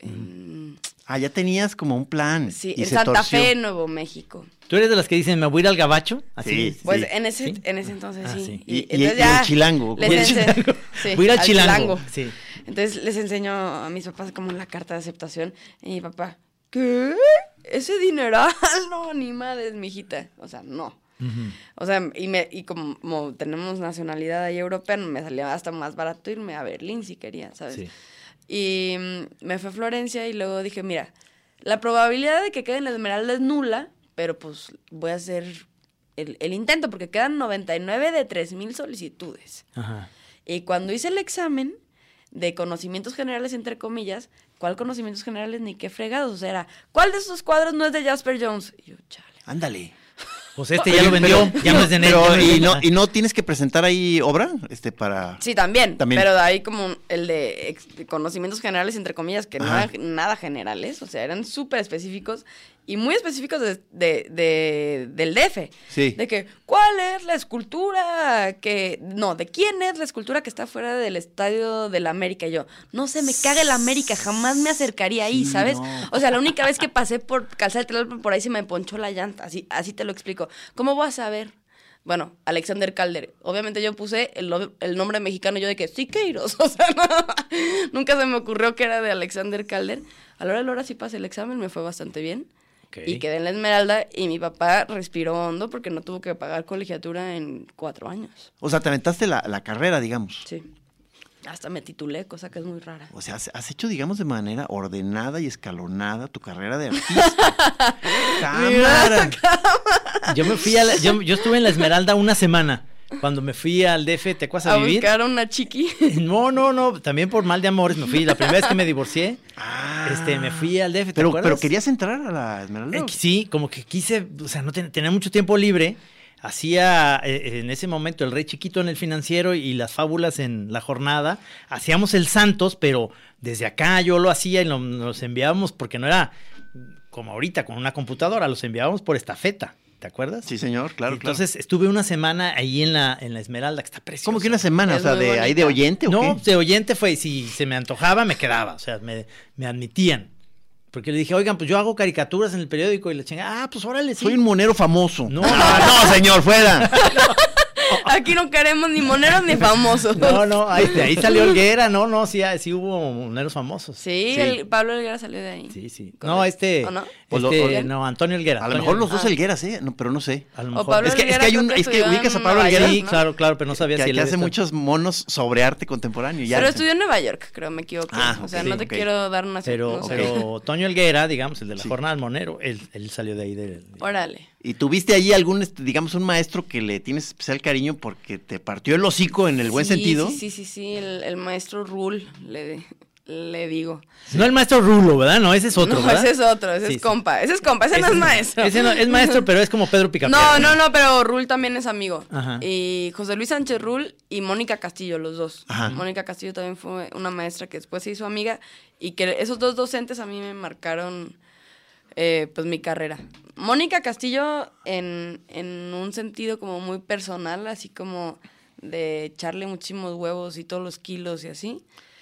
S4: En,
S7: Ah, ya tenías como un plan.
S4: sí,
S7: y
S4: en
S7: se
S4: Santa
S7: torció.
S4: Fe, Nuevo México.
S6: ¿Tú eres de las que dicen, me voy a ir al gabacho? Así.
S7: Sí.
S4: Pues en ese
S6: ¿Sí?
S4: en ese entonces
S6: Ah,
S4: sí.
S6: sí.
S7: Y- y-
S4: entonces
S7: y el chilango.
S4: les
S6: Y el
S4: ense-
S6: chilango.
S4: sí,
S6: Voy a ir al chilango. Sí.
S4: Entonces les enseño a mis papás como la carta de aceptación. Y mi papá, ¿qué? ¿Ese dineral? No, ni madres, mijita. O sea, no.
S6: Ujú.
S4: O sea, y, me, y como, como tenemos nacionalidad ahí europea, me salía hasta más barato irme a Berlín si quería, ¿sabes?
S6: Sí.
S4: Y mm, me fui a Florencia y luego dije, mira, la probabilidad de que quede en la Esmeralda es nula, pero pues voy a hacer el, el intento porque quedan noventa y nueve de tres mil solicitudes.
S6: Ajá.
S4: Y cuando hice el examen de conocimientos generales, entre comillas, ¿cuál conocimientos generales ni qué fregados? O sea, era, ¿cuál de estos cuadros no es de Jasper Jones? Y yo, chale.
S7: Ándale.
S6: Pues este ya lo vendió, ya no es de
S7: Pero,
S6: Netflix.
S7: ¿y no, ¿y no tienes que presentar ahí obra? Este, para...
S4: Sí, también,
S7: También.
S4: pero de ahí como el de, ex- de conocimientos generales, entre comillas, que no
S7: Ajá.
S4: eran nada generales, o sea, eran súper específicos y muy específicos de, de- de- del D F.
S7: Sí.
S4: De que, ¿cuál es la escultura que... No, ¿de quién es la escultura que está fuera del Estadio de la América? Y yo, no sé, me caga el América, jamás me acercaría ahí,
S7: Sí,
S4: ¿sabes?
S7: no.
S4: O sea, la única vez que pasé por Calzada de Tlalpan, por ahí se me ponchó la llanta, así, así te lo explico. ¿Cómo vas a ver? Bueno, Alexander Calder. Obviamente yo puse el, no- el nombre mexicano, yo de que Siqueiros. O sea, no, nunca se me ocurrió que era de Alexander Calder. A la hora de la hora sí pasé el examen, me fue bastante bien.
S6: Ok.
S4: Y quedé en la Esmeralda y mi papá respiró hondo porque no tuvo que pagar colegiatura en cuatro años.
S7: O sea, te aventaste la, la carrera, digamos.
S4: Sí. Hasta me titulé, cosa que es muy rara.
S7: O sea, has, has hecho, digamos, de manera ordenada y escalonada tu carrera de artista. ¡Cámara!
S6: Yo me fui a la- yo, yo estuve en la Esmeralda una semana. Cuando me fui al D F, ¿te acuerdas a,
S4: A
S6: vivir?
S4: buscar a una chiqui.
S6: No, no, no, también por mal de amores me fui. La primera vez que me divorcié,
S7: Ah.
S6: este, me fui al D F, ¿te
S7: Pero,
S6: acuerdas?
S7: pero querías entrar a la Esmeralda.
S6: Eh, sí, como que quise, o sea, no ten- tenía mucho tiempo libre. Hacía eh, en ese momento El Rey Chiquito en El Financiero y Las Fábulas en La Jornada. Hacíamos el Santos, pero desde acá yo lo hacía y lo- nos enviábamos porque no era como ahorita con una computadora, los enviábamos por estafeta. ¿Te acuerdas?
S7: Sí, señor, claro,
S6: Entonces
S7: claro.
S6: estuve una semana ahí en la, en la Esmeralda, que está preciosa.
S7: ¿Cómo que una semana?
S4: Es
S7: O sea,
S4: muy
S7: de ahí de
S4: bonita.
S7: oyente o
S6: No,
S7: qué?
S6: de oyente fue, y si se me antojaba, me quedaba. O sea, me, me admitían. Porque le dije, oigan, pues yo hago caricaturas en el periódico y le chinga, ah, pues órale, sí.
S7: Soy un monero famoso.
S6: No,
S7: Ah, no, señor, fuera.
S4: Aquí no queremos ni moneros ni famosos.
S6: No, no, ahí, de ahí salió Helguera, no, no, sí, ah, sí hubo moneros famosos.
S4: Sí,
S7: Sí.
S4: el Pablo Helguera salió de ahí.
S6: Sí, sí.
S4: Correcto.
S6: No, este,
S4: ¿O no?
S7: O lo-
S6: este,
S7: o-
S6: no, Antonio Helguera.
S7: A lo
S6: Antonio
S7: mejor los
S6: Helguera.
S7: dos Helgueras, ¿eh? No, pero no sé.
S6: A lo
S4: O
S6: mejor.
S4: Pablo
S7: Es que- es que
S4: Helguera
S7: hay un-
S4: creo
S7: es que
S4: estudió
S7: ubicas a
S4: en
S7: Pablo
S4: Nueva
S7: Helguera.
S6: Sí,
S4: York, ¿no?
S6: claro, claro, pero no sabía
S7: Que,
S6: si
S7: que
S6: él
S7: hace
S6: había
S7: muchos monos sobre arte contemporáneo. Ya.
S4: Pero estudió en Nueva York, creo, me equivoqué.
S7: Ah,
S4: o sea,
S7: ok,
S4: no te
S7: ok.
S4: quiero dar una...
S6: Pero,
S4: no sé.
S6: pero Toño Helguera, digamos, el de la
S7: Sí.
S6: jornada del monero, él, él salió de ahí. De, de-
S4: Órale.
S7: ¿Y tuviste allí algún, este, digamos, un maestro que le tienes especial cariño porque te partió el hocico en el buen
S4: Sí,
S7: sentido?
S4: Sí, sí, sí, sí, el, el maestro Rule, le, le digo.
S6: No el maestro Rulo, ¿verdad? No, ese es otro,
S4: no,
S6: ¿verdad?
S4: ese es otro, ese
S6: Sí,
S4: es
S6: sí.
S4: compa. Ese es compa, ese, no es maestro.
S6: Ese no, es maestro, pero es como Pedro Picapiedra.
S4: No, no, no, pero Rule también es amigo.
S6: Ajá.
S4: Y José Luis Sánchez Rule y Mónica Castillo, los dos.
S7: Ajá.
S4: Mónica Castillo también fue una maestra que después se hizo amiga y que esos dos docentes a mí me marcaron eh, pues mi carrera. Mónica Castillo en, en un sentido como muy personal, así como de echarle muchísimos huevos y todos los kilos y así.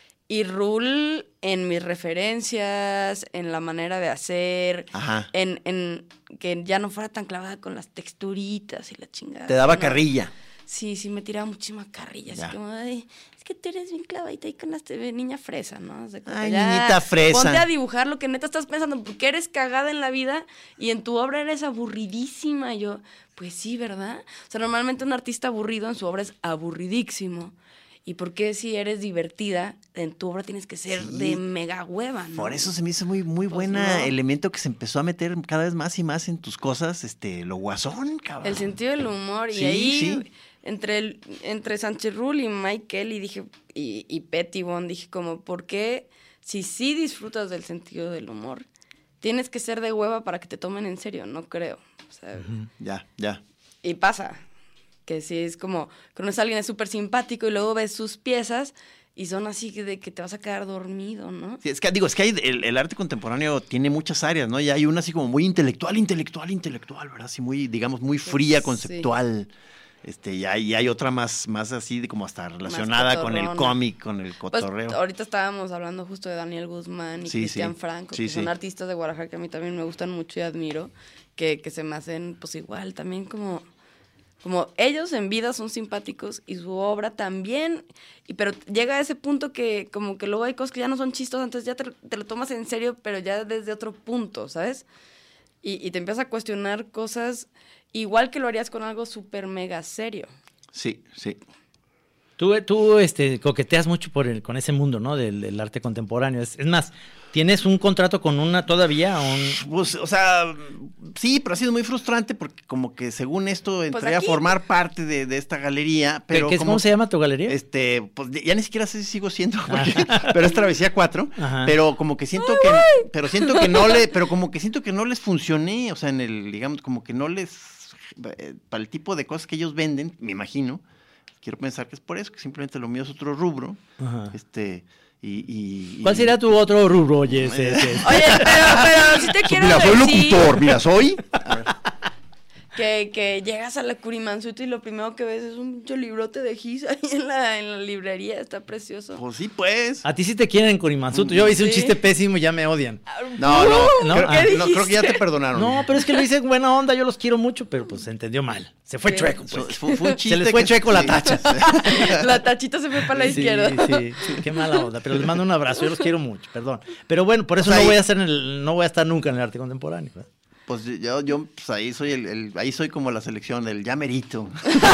S4: Y Rule en mis referencias, en la manera de hacer,
S7: Ajá.
S4: en, en que ya no fuera tan clavada con las texturitas y la chingada.
S7: Te daba
S4: No.
S7: carrilla.
S4: Sí, sí, me tiraba muchísima carrilla,
S7: Ya.
S4: así como, ay, es que tú eres bien clavadita ahí con las T V, niña fresa, ¿no? O sea, como
S7: Ay,
S4: que ya,
S7: niñita fresa.
S4: Ponte a dibujar lo que neta estás pensando, porque eres cagada en la vida y en tu obra eres aburridísima. Y yo, pues sí, ¿verdad? O sea, normalmente un artista aburrido en su obra es aburridísimo. ¿Y por qué si eres divertida, en tu obra tienes que ser
S7: Sí.
S4: de mega hueva, ¿no?
S7: Por eso se me hizo muy, muy
S4: Pues
S7: buena
S4: no.
S7: elemento que se empezó a meter cada vez más y más en tus cosas, este, lo guasón, cabrón.
S4: El sentido del humor. Y
S7: Sí,
S4: ahí,
S7: sí.
S4: entre el, entre Sánchez Rule y Mike Kelly, dije, y, y Pettibone, dije como, ¿por qué si sí disfrutas del sentido del humor, tienes que ser de hueva para que te tomen en serio? No creo. O sea,
S7: Ya, ya.
S4: y pasa. Que sí es como, conoces a alguien súper simpático y luego ves sus piezas y son así que de que te vas a quedar dormido, ¿no?
S7: Sí, es que digo, es que hay, el, el arte contemporáneo tiene muchas áreas, ¿no? Y hay una así como muy intelectual, intelectual, intelectual, ¿verdad? Así muy, digamos, muy fría,
S4: Sí.
S7: conceptual. Este, y hay, y hay otra más, más así de como hasta relacionada con el
S4: cotorrona.
S7: cómic, con el
S4: Pues
S7: cotorreo.
S4: ahorita estábamos hablando justo de Daniel Guzmán y
S7: Sí,
S4: Cristian
S7: sí.
S4: Franco,
S7: Sí,
S4: que son
S7: sí.
S4: artistas de Guadalajara que a mí también me gustan mucho y admiro, que, que se me hacen pues igual, también como, como ellos en vida son simpáticos y su obra también, y pero llega a ese punto que como que luego hay cosas que ya no son chistosas, entonces ya te, te lo tomas en serio, pero ya desde otro punto, ¿sabes? Y, y te empiezas a cuestionar cosas igual que lo harías con algo súper mega serio.
S7: Sí, sí.
S6: Tú, tú este, coqueteas mucho por el, con ese mundo, ¿no? Del, del arte contemporáneo. Es, es más, ¿tienes un contrato con una todavía? O, un...
S7: Pues, o sea, sí, pero ha sido muy frustrante porque como que según esto entré
S4: Pues aquí-
S7: a formar parte de, de esta galería, pero
S6: ¿Qué,
S7: como,
S6: ¿Cómo se llama tu galería?
S7: Este, pues ya ni siquiera sé si sigo siendo, porque- pero es Travesía cuatro,
S6: Ajá.
S7: pero como que siento que, pero siento que no le, pero como que siento que no les funcioné, o sea, en el, digamos, como que no les, eh, para el tipo de cosas que ellos venden, me imagino, quiero pensar que es por eso, que simplemente lo mío es otro rubro,
S6: Ajá.
S7: este, y, y-
S6: ¿Cuál
S7: y-
S6: sería tu otro rubro? Oye, ese, ese.
S4: Oye, pero, pero si te quiero
S7: Mira, soy
S4: decir...
S7: locutor, mira, soy.
S4: Que, que llegas a la Curimansuito y lo primero que ves es un pinche librote de Gis ahí en la, en la librería, está precioso.
S7: Pues sí, pues.
S6: A ti sí te quieren en Curimansuto. Yo hice un
S4: Sí.
S6: chiste pésimo y ya me odian.
S7: No, no,
S6: ¿No?
S7: creo,
S6: ¿Qué
S7: no, creo que ya te perdonaron.
S6: No, pero es que lo hice en buena onda, yo los quiero mucho, pero pues se entendió mal. Se fue
S4: Sí.
S6: chueco,
S7: Fue,
S6: pues.
S7: fue- fue un chiste
S6: Se les fue
S7: que-
S6: chueco la
S7: sí.
S6: tacha.
S4: La tachita se fue para la
S6: Sí,
S4: izquierda.
S6: sí, sí, qué mala onda, pero les mando un abrazo, yo los quiero mucho, perdón. Pero bueno, por eso
S7: O sea,
S6: no voy
S7: y-
S6: a hacer en el, no voy a estar nunca en el arte contemporáneo. ¿verdad?
S7: Pues yo, yo pues ahí soy el, el- ahí soy como la selección del ya merito.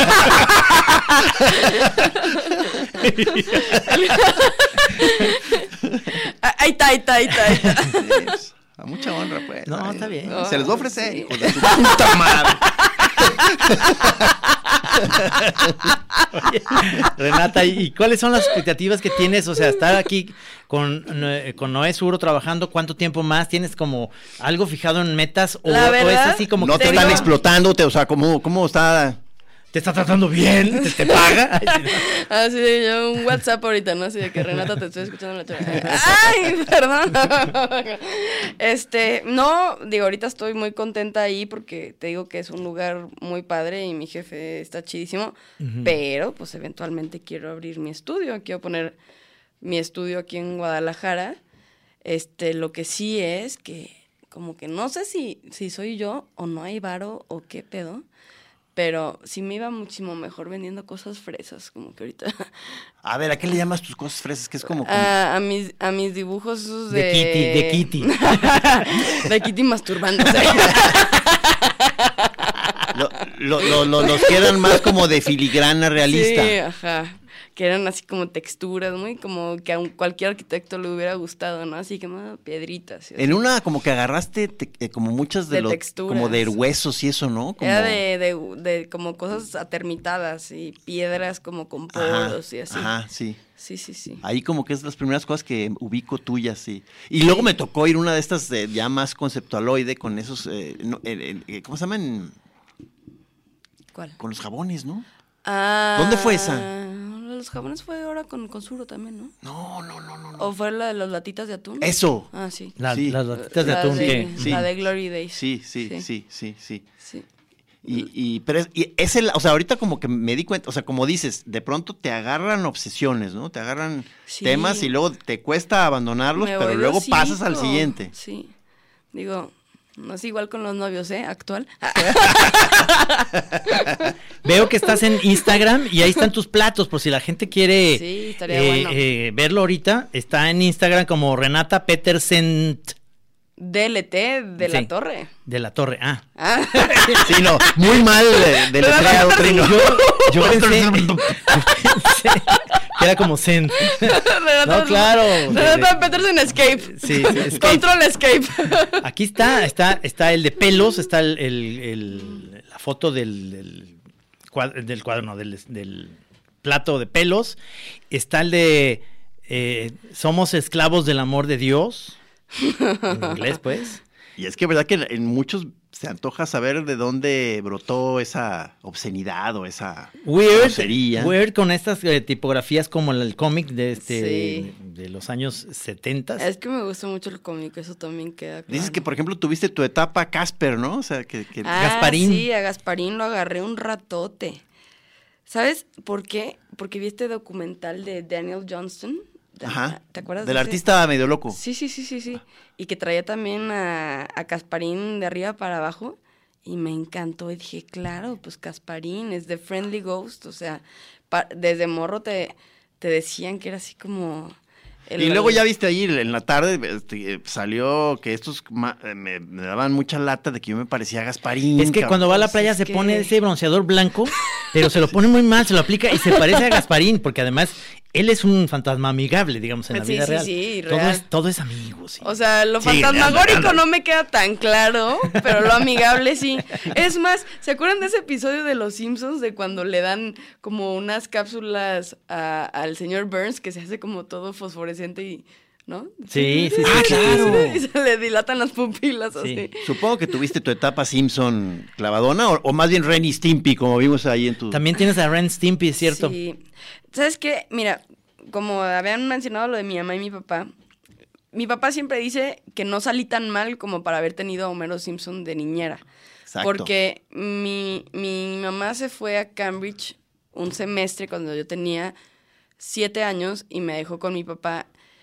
S4: Ah, ahí está, ahí está, ahí está. Ahí está.
S7: Sí, pues, a mucha honra, pues.
S6: No,
S7: Ay,
S6: está bien.
S7: Se les va a ofrecer,
S4: Sí.
S7: hijos de su puta madre.
S6: Oye, Renata, ¿y y cuáles son las expectativas que tienes? O sea, estar aquí con, Noé- con Noé Suro trabajando, ¿cuánto tiempo más? ¿Tienes como algo fijado en metas? ¿O,
S4: La
S6: o es
S4: verdad,
S6: así como
S7: No
S6: que
S7: te
S4: Tengo-
S7: están explotándote, o sea, ¿cómo, cómo está?
S6: te está tratando bien? ¿Te, te paga? Ay, sí, no.
S4: Así de yo un WhatsApp ahorita, ¿no? Así de que Renata te estoy escuchando en la chava. Ay, perdón. Este, no, digo, ahorita estoy muy contenta ahí porque te digo que es un lugar muy padre y mi jefe está chidísimo, pero pues eventualmente quiero abrir mi estudio, quiero poner mi estudio aquí en Guadalajara. Este, lo que sí es que como que no sé si, si soy yo o no hay varo o qué pedo. Pero sí me iba muchísimo mejor vendiendo cosas fresas, como que ahorita.
S7: A ver, ¿a qué le llamas tus cosas fresas? Que es como... como-
S4: A, a mis, a mis dibujos esos de...
S6: De Kitty, de Kitty.
S4: De Kitty masturbándose.
S7: lo- lo- lo- lo- los quedan más como de filigrana realista.
S4: Sí, ajá. Que eran así como texturas, muy como que a un- cualquier arquitecto le hubiera gustado, ¿no? Así que más piedritas. y así.
S7: En una como que agarraste te- eh, como muchas de,
S4: De
S7: los
S4: texturas.
S7: como de huesos y eso, ¿no? Como...
S4: Era de, de, de como cosas atermitadas y piedras como con
S7: Ajá,
S4: poros y así.
S7: Ajá, sí.
S4: Sí, sí, sí.
S7: Ahí como que es las primeras cosas que ubico tuyas, sí. Y luego me tocó ir una de estas eh, ya más conceptualoide con esos, eh, no, eh, eh, ¿cómo se llaman?
S4: ¿Cuál?
S7: Con los jabones, ¿no?
S4: Ah,
S7: ¿Dónde fue esa?
S4: Los jabones fue ahora con, con Suro también, ¿no?
S7: No, no, no, no. no.
S4: ¿O fue la de las latitas de atún?
S7: Eso.
S4: Ah, sí.
S6: La-
S7: Sí.
S6: Las latitas de
S4: La
S6: atún
S4: de-
S6: que...
S7: Sí.
S4: La de Glory Days.
S7: Sí, sí, sí,
S4: Sí.
S7: sí, sí.
S4: Sí.
S7: Y, y, pero es, y es el, o sea, ahorita como que me di cuenta, o sea, como dices, de pronto te agarran obsesiones, ¿no? Te agarran
S4: Sí.
S7: temas y luego te cuesta abandonarlos,
S4: Me voy
S7: pero
S4: de
S7: luego pasas al
S4: hocico.
S7: siguiente.
S4: Sí. Digo, no es igual con los novios, ¿eh? Actual.
S6: Veo que estás en Instagram y ahí están tus platos, por si la gente quiere
S4: Sí, estaría
S6: eh,
S4: bueno.
S6: eh, verlo ahorita. Está en Instagram como Renata Petersen
S4: D L T de la
S6: Sí.
S4: Torre.
S6: de la Torre. Ah.
S4: Ah.
S7: Sí, no, muy mal eh, deletreado, Trino.
S6: Yo, yo pensé, yo pensé que era como Zen.
S4: Renata-
S6: No, claro. de-
S4: Renata
S6: de-
S4: Peterson Escape.
S6: Sí, sí, escape.
S4: Control Escape.
S6: Aquí está, está, está el de pelos, está el, el- el- la foto del, del cuadro, del cuadro, no, del, del plato de pelos. Está el de eh, Somos esclavos del amor de Dios. En inglés, pues.
S7: Y es que verdad que en muchos se antoja saber de dónde brotó esa obscenidad o esa
S6: Weird,
S7: grosería.
S6: weird con estas eh, tipografías como el, el cómic de este
S4: Sí.
S6: de los años setenta.
S4: Es que me gusta mucho el cómic, eso también queda claro.
S7: Dices que, por ejemplo, tuviste tu etapa Casper, ¿no? O sea, que... que...
S4: Ah,
S6: Gasparín.
S4: sí, a Gasparín lo agarré un ratote. ¿Sabes por qué? Porque vi este documental de Daniel Johnston.
S7: Ajá.
S4: ¿Te acuerdas?
S7: Del
S4: de ese?
S7: artista medio loco.
S4: Sí, sí, sí, sí, sí. Y que traía también a, a Gasparín de arriba para abajo. Y me encantó. Y dije, claro, pues Gasparín es de Friendly Ghost. O sea, pa- desde morro te, te decían que era así como... el-
S7: Y luego ya viste ahí en la tarde, este, salió que estos ma- me, me daban mucha lata de que yo me parecía Gasparín.
S6: Es que
S7: cabrón.
S6: cuando va a la playa
S4: es
S6: se
S4: que-
S6: pone ese bronceador blanco, pero se lo pone muy mal, se lo aplica y se parece a Gasparín, porque además él es un fantasma amigable, digamos, en la
S4: Sí,
S6: vida
S4: sí,
S6: real.
S4: sí,
S6: todo,
S4: real.
S6: es, todo es amigo, sí.
S4: O sea, lo
S7: Sí,
S4: fantasmagórico
S7: anda, anda.
S4: no me queda tan claro, pero lo amigable sí. Es más, ¿se acuerdan de ese episodio de Los Simpsons de cuando le dan como unas cápsulas a- al señor Burns que se hace como todo fosforescente y... ¿no?
S6: Sí, sí, sí.
S7: Ah, claro.
S4: Y se le dilatan las pupilas
S6: Sí.
S4: así.
S7: Supongo que tuviste tu etapa Simpson clavadona o, o más bien Ren y Stimpy, como vimos ahí en tu...
S6: También tienes a Ren Stimpy, ¿cierto?
S4: Sí. ¿Sabes qué? Mira, como habían mencionado lo de mi mamá y mi papá, mi papá siempre dice que no salí tan mal como para haber tenido a Homero Simpson de niñera.
S7: Exacto.
S4: Porque mi, mi mamá se fue a Cambridge un semestre cuando yo tenía siete años y me dejó con mi papá.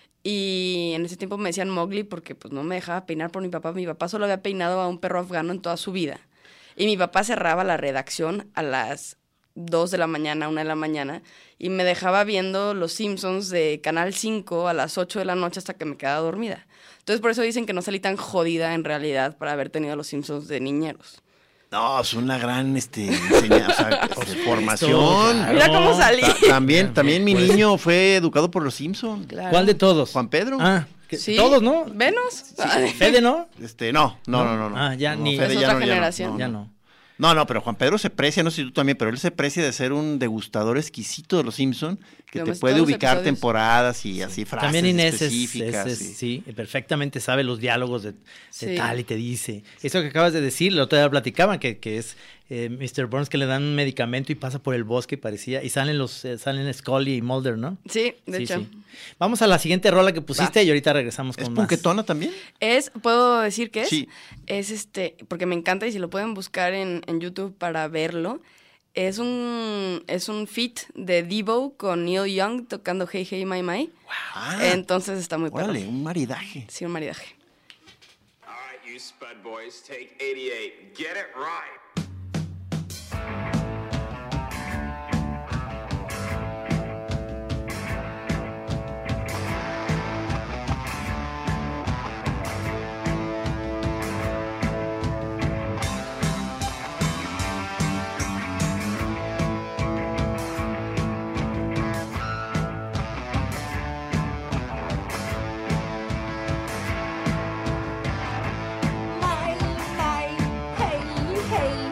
S4: Y en ese tiempo me decían Mowgli porque pues no me dejaba peinar por mi papá. Mi papá solo había peinado a un perro afgano en toda su vida. Y mi papá cerraba la redacción a las dos de la mañana, una de la mañana, y me dejaba viendo Los Simpsons de Canal cinco a las ocho de la noche hasta que me quedaba dormida. Entonces por eso dicen que no salí tan jodida en realidad para haber tenido Los Simpsons de niñeros.
S7: No, es una gran este, enseñanza, o sea, este, formación.
S6: claro.
S4: Mira cómo salí.
S7: Ta- También, también mi
S6: Pues-
S7: niño fue educado por los Simpson.
S4: Claro.
S6: ¿Cuál de todos?
S7: Juan Pedro.
S6: Ah, que-
S4: Sí.
S6: todos, ¿no?
S4: ¿Venus?
S6: Fede, ¿no?
S7: Este, no, no, no, no. no.
S6: Ah, ya
S7: No,
S6: ni-
S7: Fede
S4: Es
S7: ya
S4: otra
S7: no, ya no,
S4: generación.
S7: no,
S6: Ya
S7: no.
S6: no.
S7: No, no, pero Juan Pedro se precia, no sé si tú también, pero él se precia de ser un degustador exquisito de los Simpson que
S4: Yo
S7: te
S4: me sé
S7: puede
S4: todos los
S7: ubicar
S4: episodios.
S7: temporadas y así frases
S6: También Inés es,
S7: específicas.
S6: es- es-
S7: sí.
S6: sí, perfectamente sabe los diálogos de, de
S4: Sí.
S6: tal y te dice. Eso que acabas de decir, la otra día platicaban, que, que es eh, mister Burns que le dan un medicamento y pasa por el bosque y parecía, y salen los, eh, salen Scully y Mulder, ¿no?
S4: Sí, de
S6: Sí,
S4: hecho.
S6: sí. Vamos a la siguiente rola que pusiste
S4: Va.
S6: y ahorita regresamos
S7: ¿Es
S6: con más.
S7: punquetona también?
S4: Es, ¿puedo decir qué es?
S7: Sí.
S4: Es este, porque me encanta y si lo pueden buscar en, en YouTube para verlo, es un, es un feat de Devo con Neil Young tocando Hey Hey My My.
S7: Ah,
S4: Entonces está muy perro.
S7: órale, un maridaje.
S4: Sí, un maridaje.
S12: All right, you Spud boys, take eighty-eight. Get it right.
S13: My, my, hey, hey,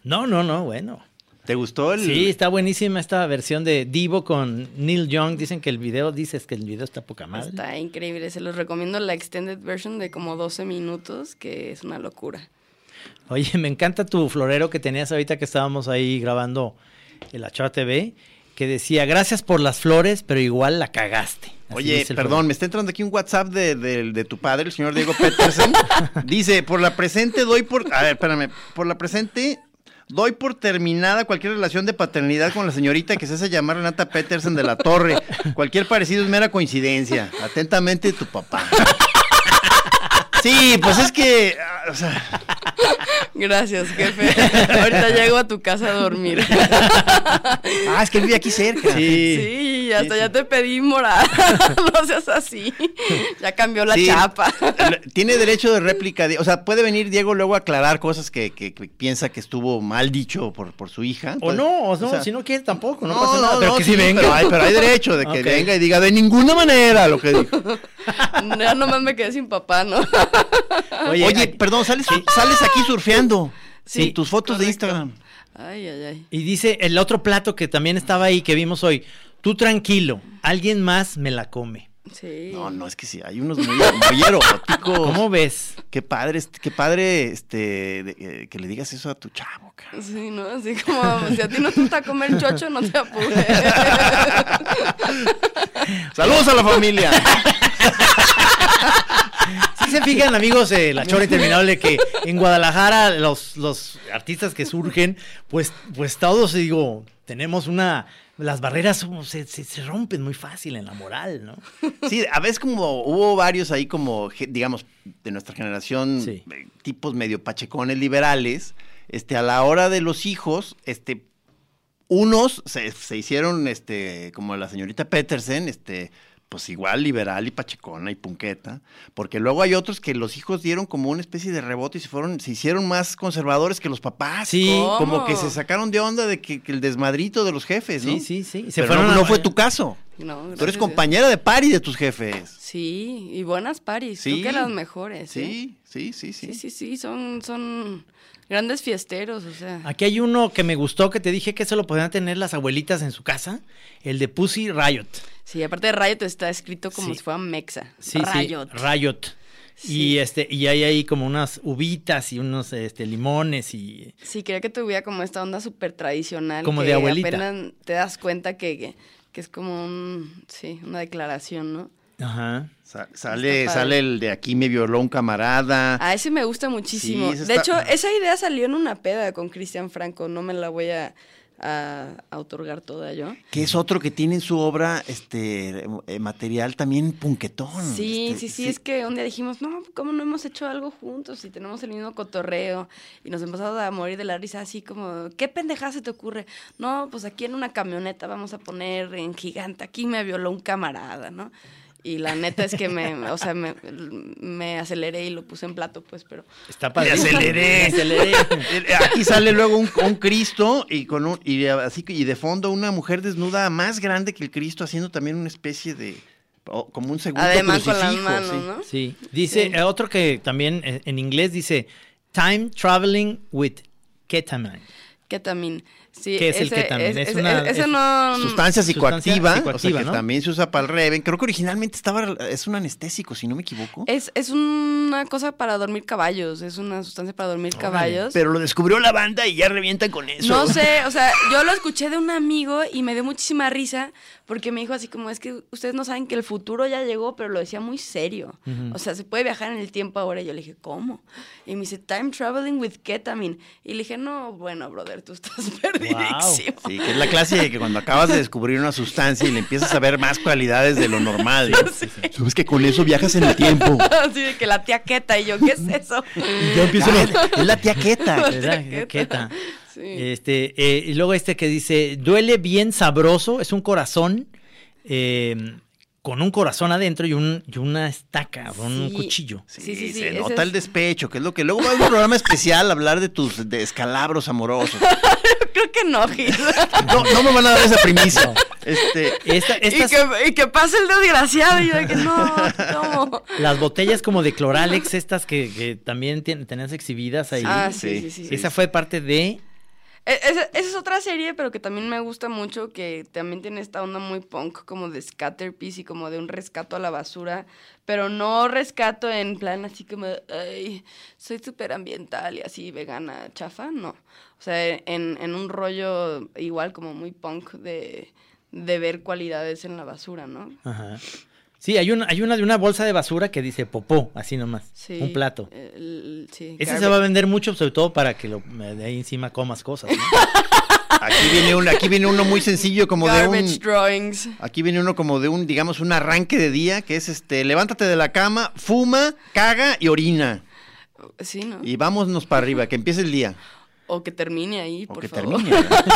S6: No, no, no, bueno.
S7: ¿Te gustó el...?
S6: Sí, está buenísima esta versión de Divo con Neil Young. Dicen que el video, dices que el video está poca madre.
S4: Está increíble, se los recomiendo la extended version de como doce minutos, que es una locura.
S6: Oye, me encanta tu florero que tenías ahorita que estábamos ahí grabando en La Chora T V, que decía, gracias por las flores, pero igual la cagaste. Así
S7: Oye, perdón, me está entrando aquí un WhatsApp de, de, de tu padre, el señor Diego Petersen. Dice, por la presente doy por... A ver, espérame. Por la presente... Doy por terminada cualquier relación de paternidad con la señorita que se hace llamar Renata Petersen de la Torre. Cualquier parecido es mera coincidencia. Atentamente, tu papá. Sí, pues es que... O sea...
S4: Gracias, jefe. Ahorita llego a tu casa a dormir.
S7: Ah, es que vive aquí cerca.
S4: Sí, sí hasta sí, ya sí. te pedí morada. No seas así. Ya cambió la sí. chapa.
S7: Tiene derecho de réplica. O sea, puede venir Diego luego a aclarar cosas que, que, que piensa que estuvo mal dicho por, por su hija.
S6: O no, o no, o sea, si no quiere tampoco, no,
S7: no
S6: pasa nada.
S7: No,
S6: pero
S7: no,
S6: que
S7: sí,
S6: sí venga.
S7: Pero hay, pero hay derecho de que okay. venga y diga de ninguna manera lo que dijo.
S4: Ya nomás me quedé sin papá, ¿no?
S7: Oye, Oye ay, perdón, sales, sales aquí surfeando. Sí, en tus fotos correcto. de Instagram.
S4: Ay, ay, ay.
S6: Y dice el otro plato que también estaba ahí, que vimos hoy. Tú tranquilo, alguien más me la come.
S4: Sí.
S7: No, no, es que sí, hay unos muy, muy eróticos.
S6: ¿Cómo ves?
S7: Qué padre, qué padre este, de, de, que le digas eso a tu chavo, cara.
S4: Sí, ¿no? Así como, si a ti no te gusta comer chocho, no te apures.
S7: ¡Saludos a la familia!
S6: Si se fijan, amigos, eh, La Chora Interminable, que en Guadalajara los, los artistas que surgen, pues, pues todos, digo, tenemos una... Las barreras se, se, se rompen muy fácil en la moral, ¿no?
S7: Sí, a veces como hubo varios ahí como, digamos, de nuestra generación, sí. tipos medio pachecones liberales, este, a la hora de los hijos, este, unos se, se hicieron, este, como la señorita Petersen, este... pues igual liberal y pachecona y punqueta, porque luego hay otros que los hijos dieron como una especie de rebote y se fueron, se hicieron más conservadores que los papás.
S6: Sí.
S7: ¿Cómo? Como que se sacaron de onda de que, que el desmadrito de los jefes, ¿no?
S6: Sí, sí, sí. Se
S7: Pero
S6: fueron
S7: no,
S6: a...
S7: no fue tu caso.
S4: No,
S7: tú eres compañera de pari de tus jefes.
S4: Sí, y buenas paris, sí. Tú que las mejores.
S7: Sí,
S4: ¿eh?
S7: sí, sí, sí.
S4: Sí, sí, sí, son, son grandes fiesteros, o sea.
S6: Aquí hay uno que me gustó, que te dije que eso lo podían tener las abuelitas en su casa, el de Pussy Riot.
S4: Sí, aparte de Riot está escrito como
S6: sí.
S4: si fuera mexa.
S6: Sí,
S4: Riot.
S6: Sí, Riot. Sí. Y este, y hay ahí como unas uvitas y unos este limones y.
S4: Sí, quería que tuviera como esta onda súper tradicional.
S6: Como
S4: que
S6: de abuelita.
S4: Apenas te das cuenta que, que, que es como un, sí, una declaración, ¿no?
S6: Ajá.
S7: Sa- sale, sale el de aquí me violó un camarada.
S4: Ah, ese me gusta muchísimo.
S7: Sí,
S4: de
S7: está...
S4: hecho, esa idea salió en una peda con Cristian Franco. No me la voy a, a, a otorgar toda yo.
S7: Que es otro que tiene en su obra este eh, material también punquetón.
S4: Sí,
S7: este,
S4: sí, sí,
S7: sí.
S4: Es que un día dijimos, no, ¿cómo no hemos hecho algo juntos? Y tenemos el mismo cotorreo. Y nos empezamos a morir de la risa, así como, ¿qué pendejada se te ocurre? No, pues aquí en una camioneta vamos a poner en gigante, aquí me violó un camarada, ¿no? Y la neta es que me, o sea, me, me aceleré y lo puse en plato, pues, pero...
S6: Está padre.
S7: Me aceleré. Me aceleré. Aquí sale luego un, un Cristo y con un y así y de fondo una mujer desnuda más grande que el Cristo haciendo también una especie de como un segundo
S4: Además,
S7: crucifijo.
S4: con las manos,
S7: sí.
S4: ¿no?
S6: Sí. Dice sí. Eh, otro que también eh, en inglés dice Time Traveling with Ketamine.
S4: Ketamine. Sí,
S6: ¿qué es
S4: ese,
S6: el ketamine?
S4: Es,
S6: es una
S4: ese
S6: es
S4: no...
S7: sustancia psicoactiva,
S6: sustancia psicoactiva,
S7: o sea que
S6: ¿no?
S7: también se usa para el Reven. Creo que originalmente estaba es un anestésico, si no me equivoco.
S4: Es, es una cosa para dormir caballos, es una sustancia para dormir
S7: Órale.
S4: caballos.
S7: Pero lo descubrió la banda y ya revientan con eso.
S4: No sé, o sea, yo lo escuché de un amigo y me dio muchísima risa porque me dijo así como, es que ustedes no saben que el futuro ya llegó, pero lo decía muy serio. Uh-huh. O sea, se puede viajar en el tiempo ahora. Y yo le dije, ¿cómo? Y me dice, time traveling with ketamine. Y le dije, no, bueno, brother, tú estás perdidísimo.
S7: Wow. Sí, que es la clase de que cuando acabas de descubrir una sustancia y le empiezas a ver más cualidades de lo normal. ¿no? Sí. Sabes que con eso viajas en el tiempo.
S4: Así de que la tía Queta y yo, ¿qué es eso?
S7: Y yo empiezo ah, a... Es la tía Queta.
S6: Es la tía Queta. Sí. Este, eh, y luego este que dice, duele bien sabroso, es un corazón eh, con un corazón adentro y, un, y una estaca, sí. un cuchillo.
S7: Sí,
S4: sí, sí, sí,
S7: se
S4: sí,
S7: nota
S4: es...
S7: el despecho, que es lo que luego va a un programa especial a hablar de tus descalabros amorosos.
S4: Creo que no, Gil.
S7: No, no me van a dar esa primicia. No. Este,
S6: esta, estas...
S4: y, que, y que pase el desgraciado. Y yo de que no, ¿cómo?
S6: Las botellas como de Cloralex, estas que, que también ten, tenías exhibidas ahí.
S4: Ah, sí, sí, sí.
S6: Esa sí. fue parte de...
S4: E- Esa, esa es otra serie, pero que también me gusta mucho, que también tiene esta onda muy punk, como de Scatterpiece y como de un rescato a la basura, pero no rescato en plan así como, ay, soy súper ambiental y así vegana, chafa, no. O sea, en, en un rollo igual como muy punk de, de ver cualidades en la basura, ¿no?
S6: Ajá. Sí, hay una, hay una de una bolsa de basura que dice popó, así nomás,
S4: Sí,
S6: un plato.
S4: el- sí,
S6: Ese
S4: garbage.
S6: se va a vender mucho, sobre todo para que lo, de ahí encima comas cosas, ¿no?
S7: Aquí viene, un, aquí viene uno muy sencillo como de
S4: Garbage
S7: un...
S4: drawings.
S7: Aquí viene uno como de un, digamos, un arranque de día, que es este, levántate de la cama, fuma, caga y orina.
S4: Sí, ¿no?
S7: Y vámonos para arriba, que empiece el día.
S4: O que termine ahí,
S7: O
S4: por
S7: que
S4: favor.
S7: termine.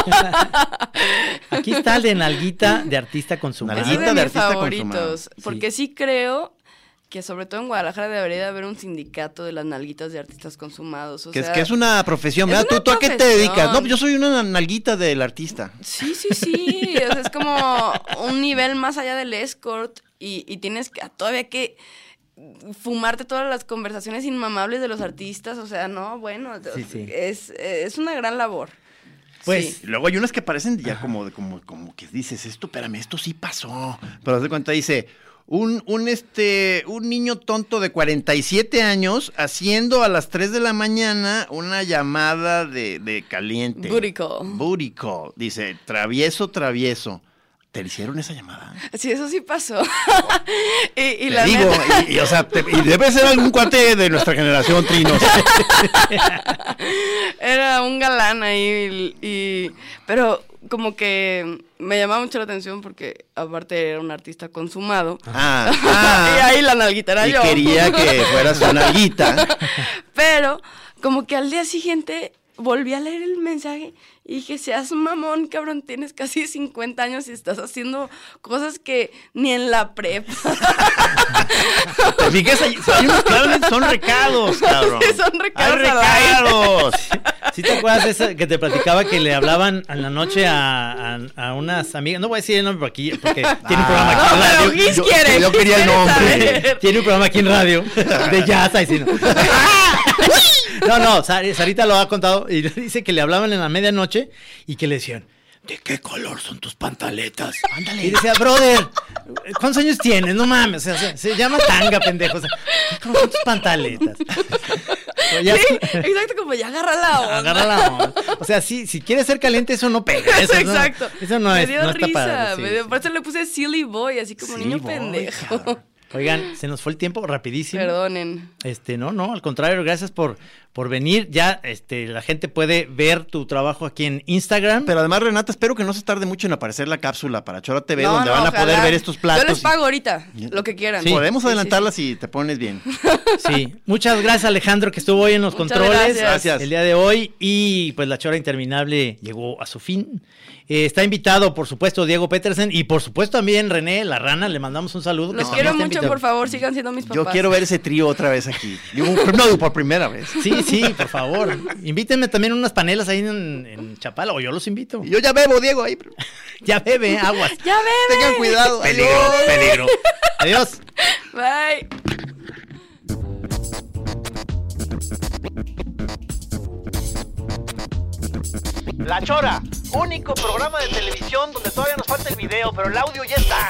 S6: Aquí está el de nalguita de artista consumado.
S4: Es de
S7: Nalguita de
S4: mis
S7: artista
S4: favoritos,
S7: consumado.
S4: porque sí creo que sobre todo en Guadalajara debería de haber un sindicato de las nalguitas de artistas consumados. O
S7: Que,
S4: sea,
S7: es, que es una profesión,
S4: es
S7: ¿verdad?
S4: una
S7: ¿Tú, ¿Tú a qué te
S4: profesión.
S7: dedicas? No, pues yo soy una nalguita del artista.
S4: Sí, sí, sí. O sea, es como un nivel más allá del escort y, y tienes que todavía que fumarte todas las conversaciones inmamables de los artistas. O sea, no, bueno,
S6: Sí, sí.
S4: Es, es una gran labor.
S6: Pues,
S4: Sí.
S7: Y luego hay unas que parecen ya como, de- como, como que dices, esto, espérame, esto sí pasó. Pero haz de cuenta, dice, un, un, este, un niño tonto de cuarenta y siete años haciendo a las tres de la mañana una llamada de, de caliente.
S4: Booty call.
S7: Booty call. Dice, travieso, travieso. ¿Te hicieron esa llamada?
S4: Sí, eso sí pasó. y, y
S7: Te
S4: la
S7: digo,
S4: neta-
S7: y, y, o sea, te- y debe ser algún cuate de nuestra generación, Trinos.
S4: Era un galán ahí, y, y- pero como que me llamaba mucho la atención porque aparte era un artista consumado.
S7: Ah, ah.
S4: Y ahí la nalguita era
S7: Y
S4: yo.
S7: quería que fueras una nalguita.
S4: Pero como que al día siguiente volví a leer el mensaje y dije, seas mamón, cabrón, tienes casi cincuenta años y estás haciendo cosas que ni en la prepa.
S7: Te fijas, hay, hay unos que realmente son recados, cabrón.
S4: Sí, son recados
S7: Hay
S4: al aire.
S7: recados.
S6: ¿sí te acuerdas de esa que te platicaba que le hablaban en la noche a, a, a unas amigas? No voy a decir el nombre por aquí, porque tiene un programa aquí
S4: No,
S6: en
S4: pero
S6: radio.
S4: Gis
S7: Yo-
S4: quiere.
S7: yo
S4: Gis
S7: quería el
S4: quiere
S7: nombre.
S4: saber.
S6: Tiene un programa aquí en radio de jazz, ahí sí, no. No, no, Sar- Sarita lo ha contado y dice que le hablaban en la medianoche y que le decían, ¿de qué color son tus pantaletas? Ándale. Y decía, brother, ¿cuántos años tienes? No mames, o sea, se, se llama tanga, pendejo. O sea, ¿qué color son tus pantaletas? O ya-
S4: Sí, exacto, como ya agarra la onda.
S6: Agarra la onda. O sea, sí, si quieres ser caliente, eso no pega. Eso, no-
S4: Exacto.
S6: eso no,
S4: me
S6: es,
S4: dio
S6: no está
S4: risa.
S6: padre. sí,
S4: me dio,
S6: sí.
S4: Por eso le puse silly boy, así como
S7: Sí,
S4: niño
S7: voy,
S4: pendejo.
S7: cabrón.
S6: Oigan, se nos fue el tiempo rapidísimo.
S4: Perdonen.
S6: Este, no, no, al contrario, gracias por, por venir. Ya, este, la gente puede ver tu trabajo aquí en Instagram.
S7: Pero además, Renata, espero que no se tarde mucho en aparecer la cápsula para Chora T V,
S4: No,
S7: donde
S4: no,
S7: van a
S4: ojalá.
S7: poder ver estos platos.
S4: Yo les
S7: y-
S4: pago ahorita, lo que quieran.
S6: Sí.
S7: Podemos
S4: Sí, sí,
S7: adelantarla
S4: sí.
S7: si te pones bien.
S6: Sí, muchas gracias, Alejandro, que estuvo hoy en los
S4: Muchas
S6: controles
S4: gracias.
S7: Gracias.
S6: el día de hoy. Y pues la Chora Interminable llegó a su fin. Eh, está invitado, por supuesto, Diego Petersen y por supuesto también René La Rana. Le mandamos un saludo. que
S4: Los
S6: también
S4: quiero
S6: está
S4: mucho,
S6: invitado.
S4: por favor, sigan siendo mis papás.
S7: Yo quiero ver ese trío otra vez aquí. Digo, no, por primera vez.
S6: Sí, sí, por favor. Invítenme también unas panelas ahí en, en Chapala, o yo los invito.
S7: Y yo ya bebo, Diego, ahí.
S6: Ya bebe, aguas.
S4: ¡Ya bebe!
S7: Tengan cuidado.
S6: Peligro,
S7: Adiós.
S6: peligro. Adiós.
S4: Bye.
S5: La Chora, único programa de televisión donde todavía nos falta el video, pero el audio ya está.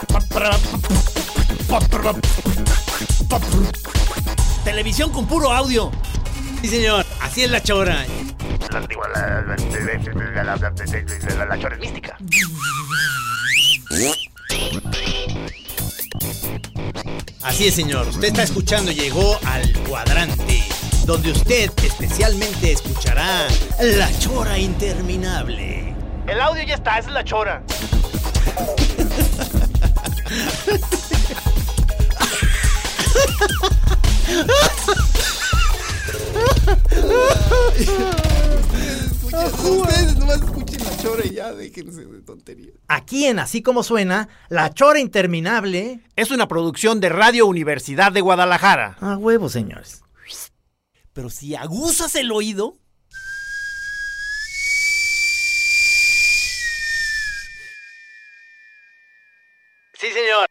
S11: Televisión con puro audio. Sí, señor. Así es la Chora.
S5: La, la, la, la, la, la Chora es mística.
S11: Así es, señor. Usted está escuchando, llegó al cuadrante, donde usted especialmente escuchará la Chora Interminable.
S5: El audio ya está, esa es la Chora.
S7: Ustedes nomás escuchen la Chora y ya déjense de tonterías.
S6: Aquí en Así Como Suena, La Chora Interminable.
S5: Es una producción de Radio Universidad de Guadalajara.
S6: A huevo, señores.
S11: Pero si aguzas el oído...
S5: Sí, señor.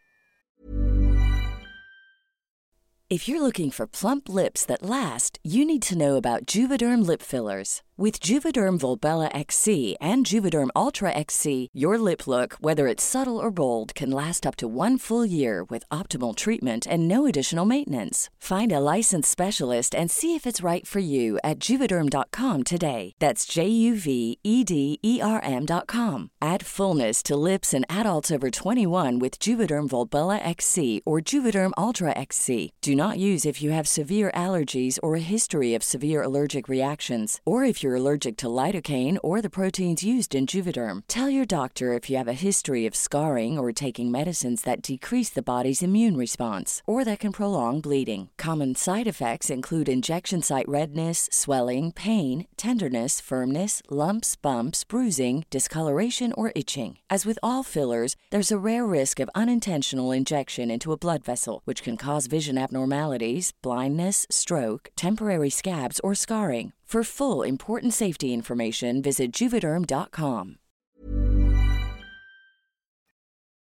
S13: If you're looking for plump lips that last, you need to know about Juvederm lip fillers. With Juvederm Volbella X C and Juvederm Ultra X C, your lip look, whether it's subtle or bold, can last up to one full year with optimal treatment and no additional maintenance. Find a licensed specialist and see if it's right for you at Juvederm dot com today. That's J U V E D E R M dot com. Add fullness to lips in adults over twenty-one with Juvederm Volbella X C or Juvederm Ultra X C. Do not use if you have severe allergies or a history of severe allergic reactions, or if you're allergic to lidocaine or the proteins used in Juvederm. Tell your doctor if you have a history of scarring or taking medicines that decrease the body's immune response or that can prolong bleeding. Common side effects include injection site redness, swelling, pain, tenderness, firmness, lumps, bumps, bruising, discoloration, or itching. As with all fillers, there's a rare risk of unintentional injection into a blood vessel, which can cause vision abnormalities, blindness, stroke, temporary scabs, or scarring. For full important safety information, visit Juvederm dot com.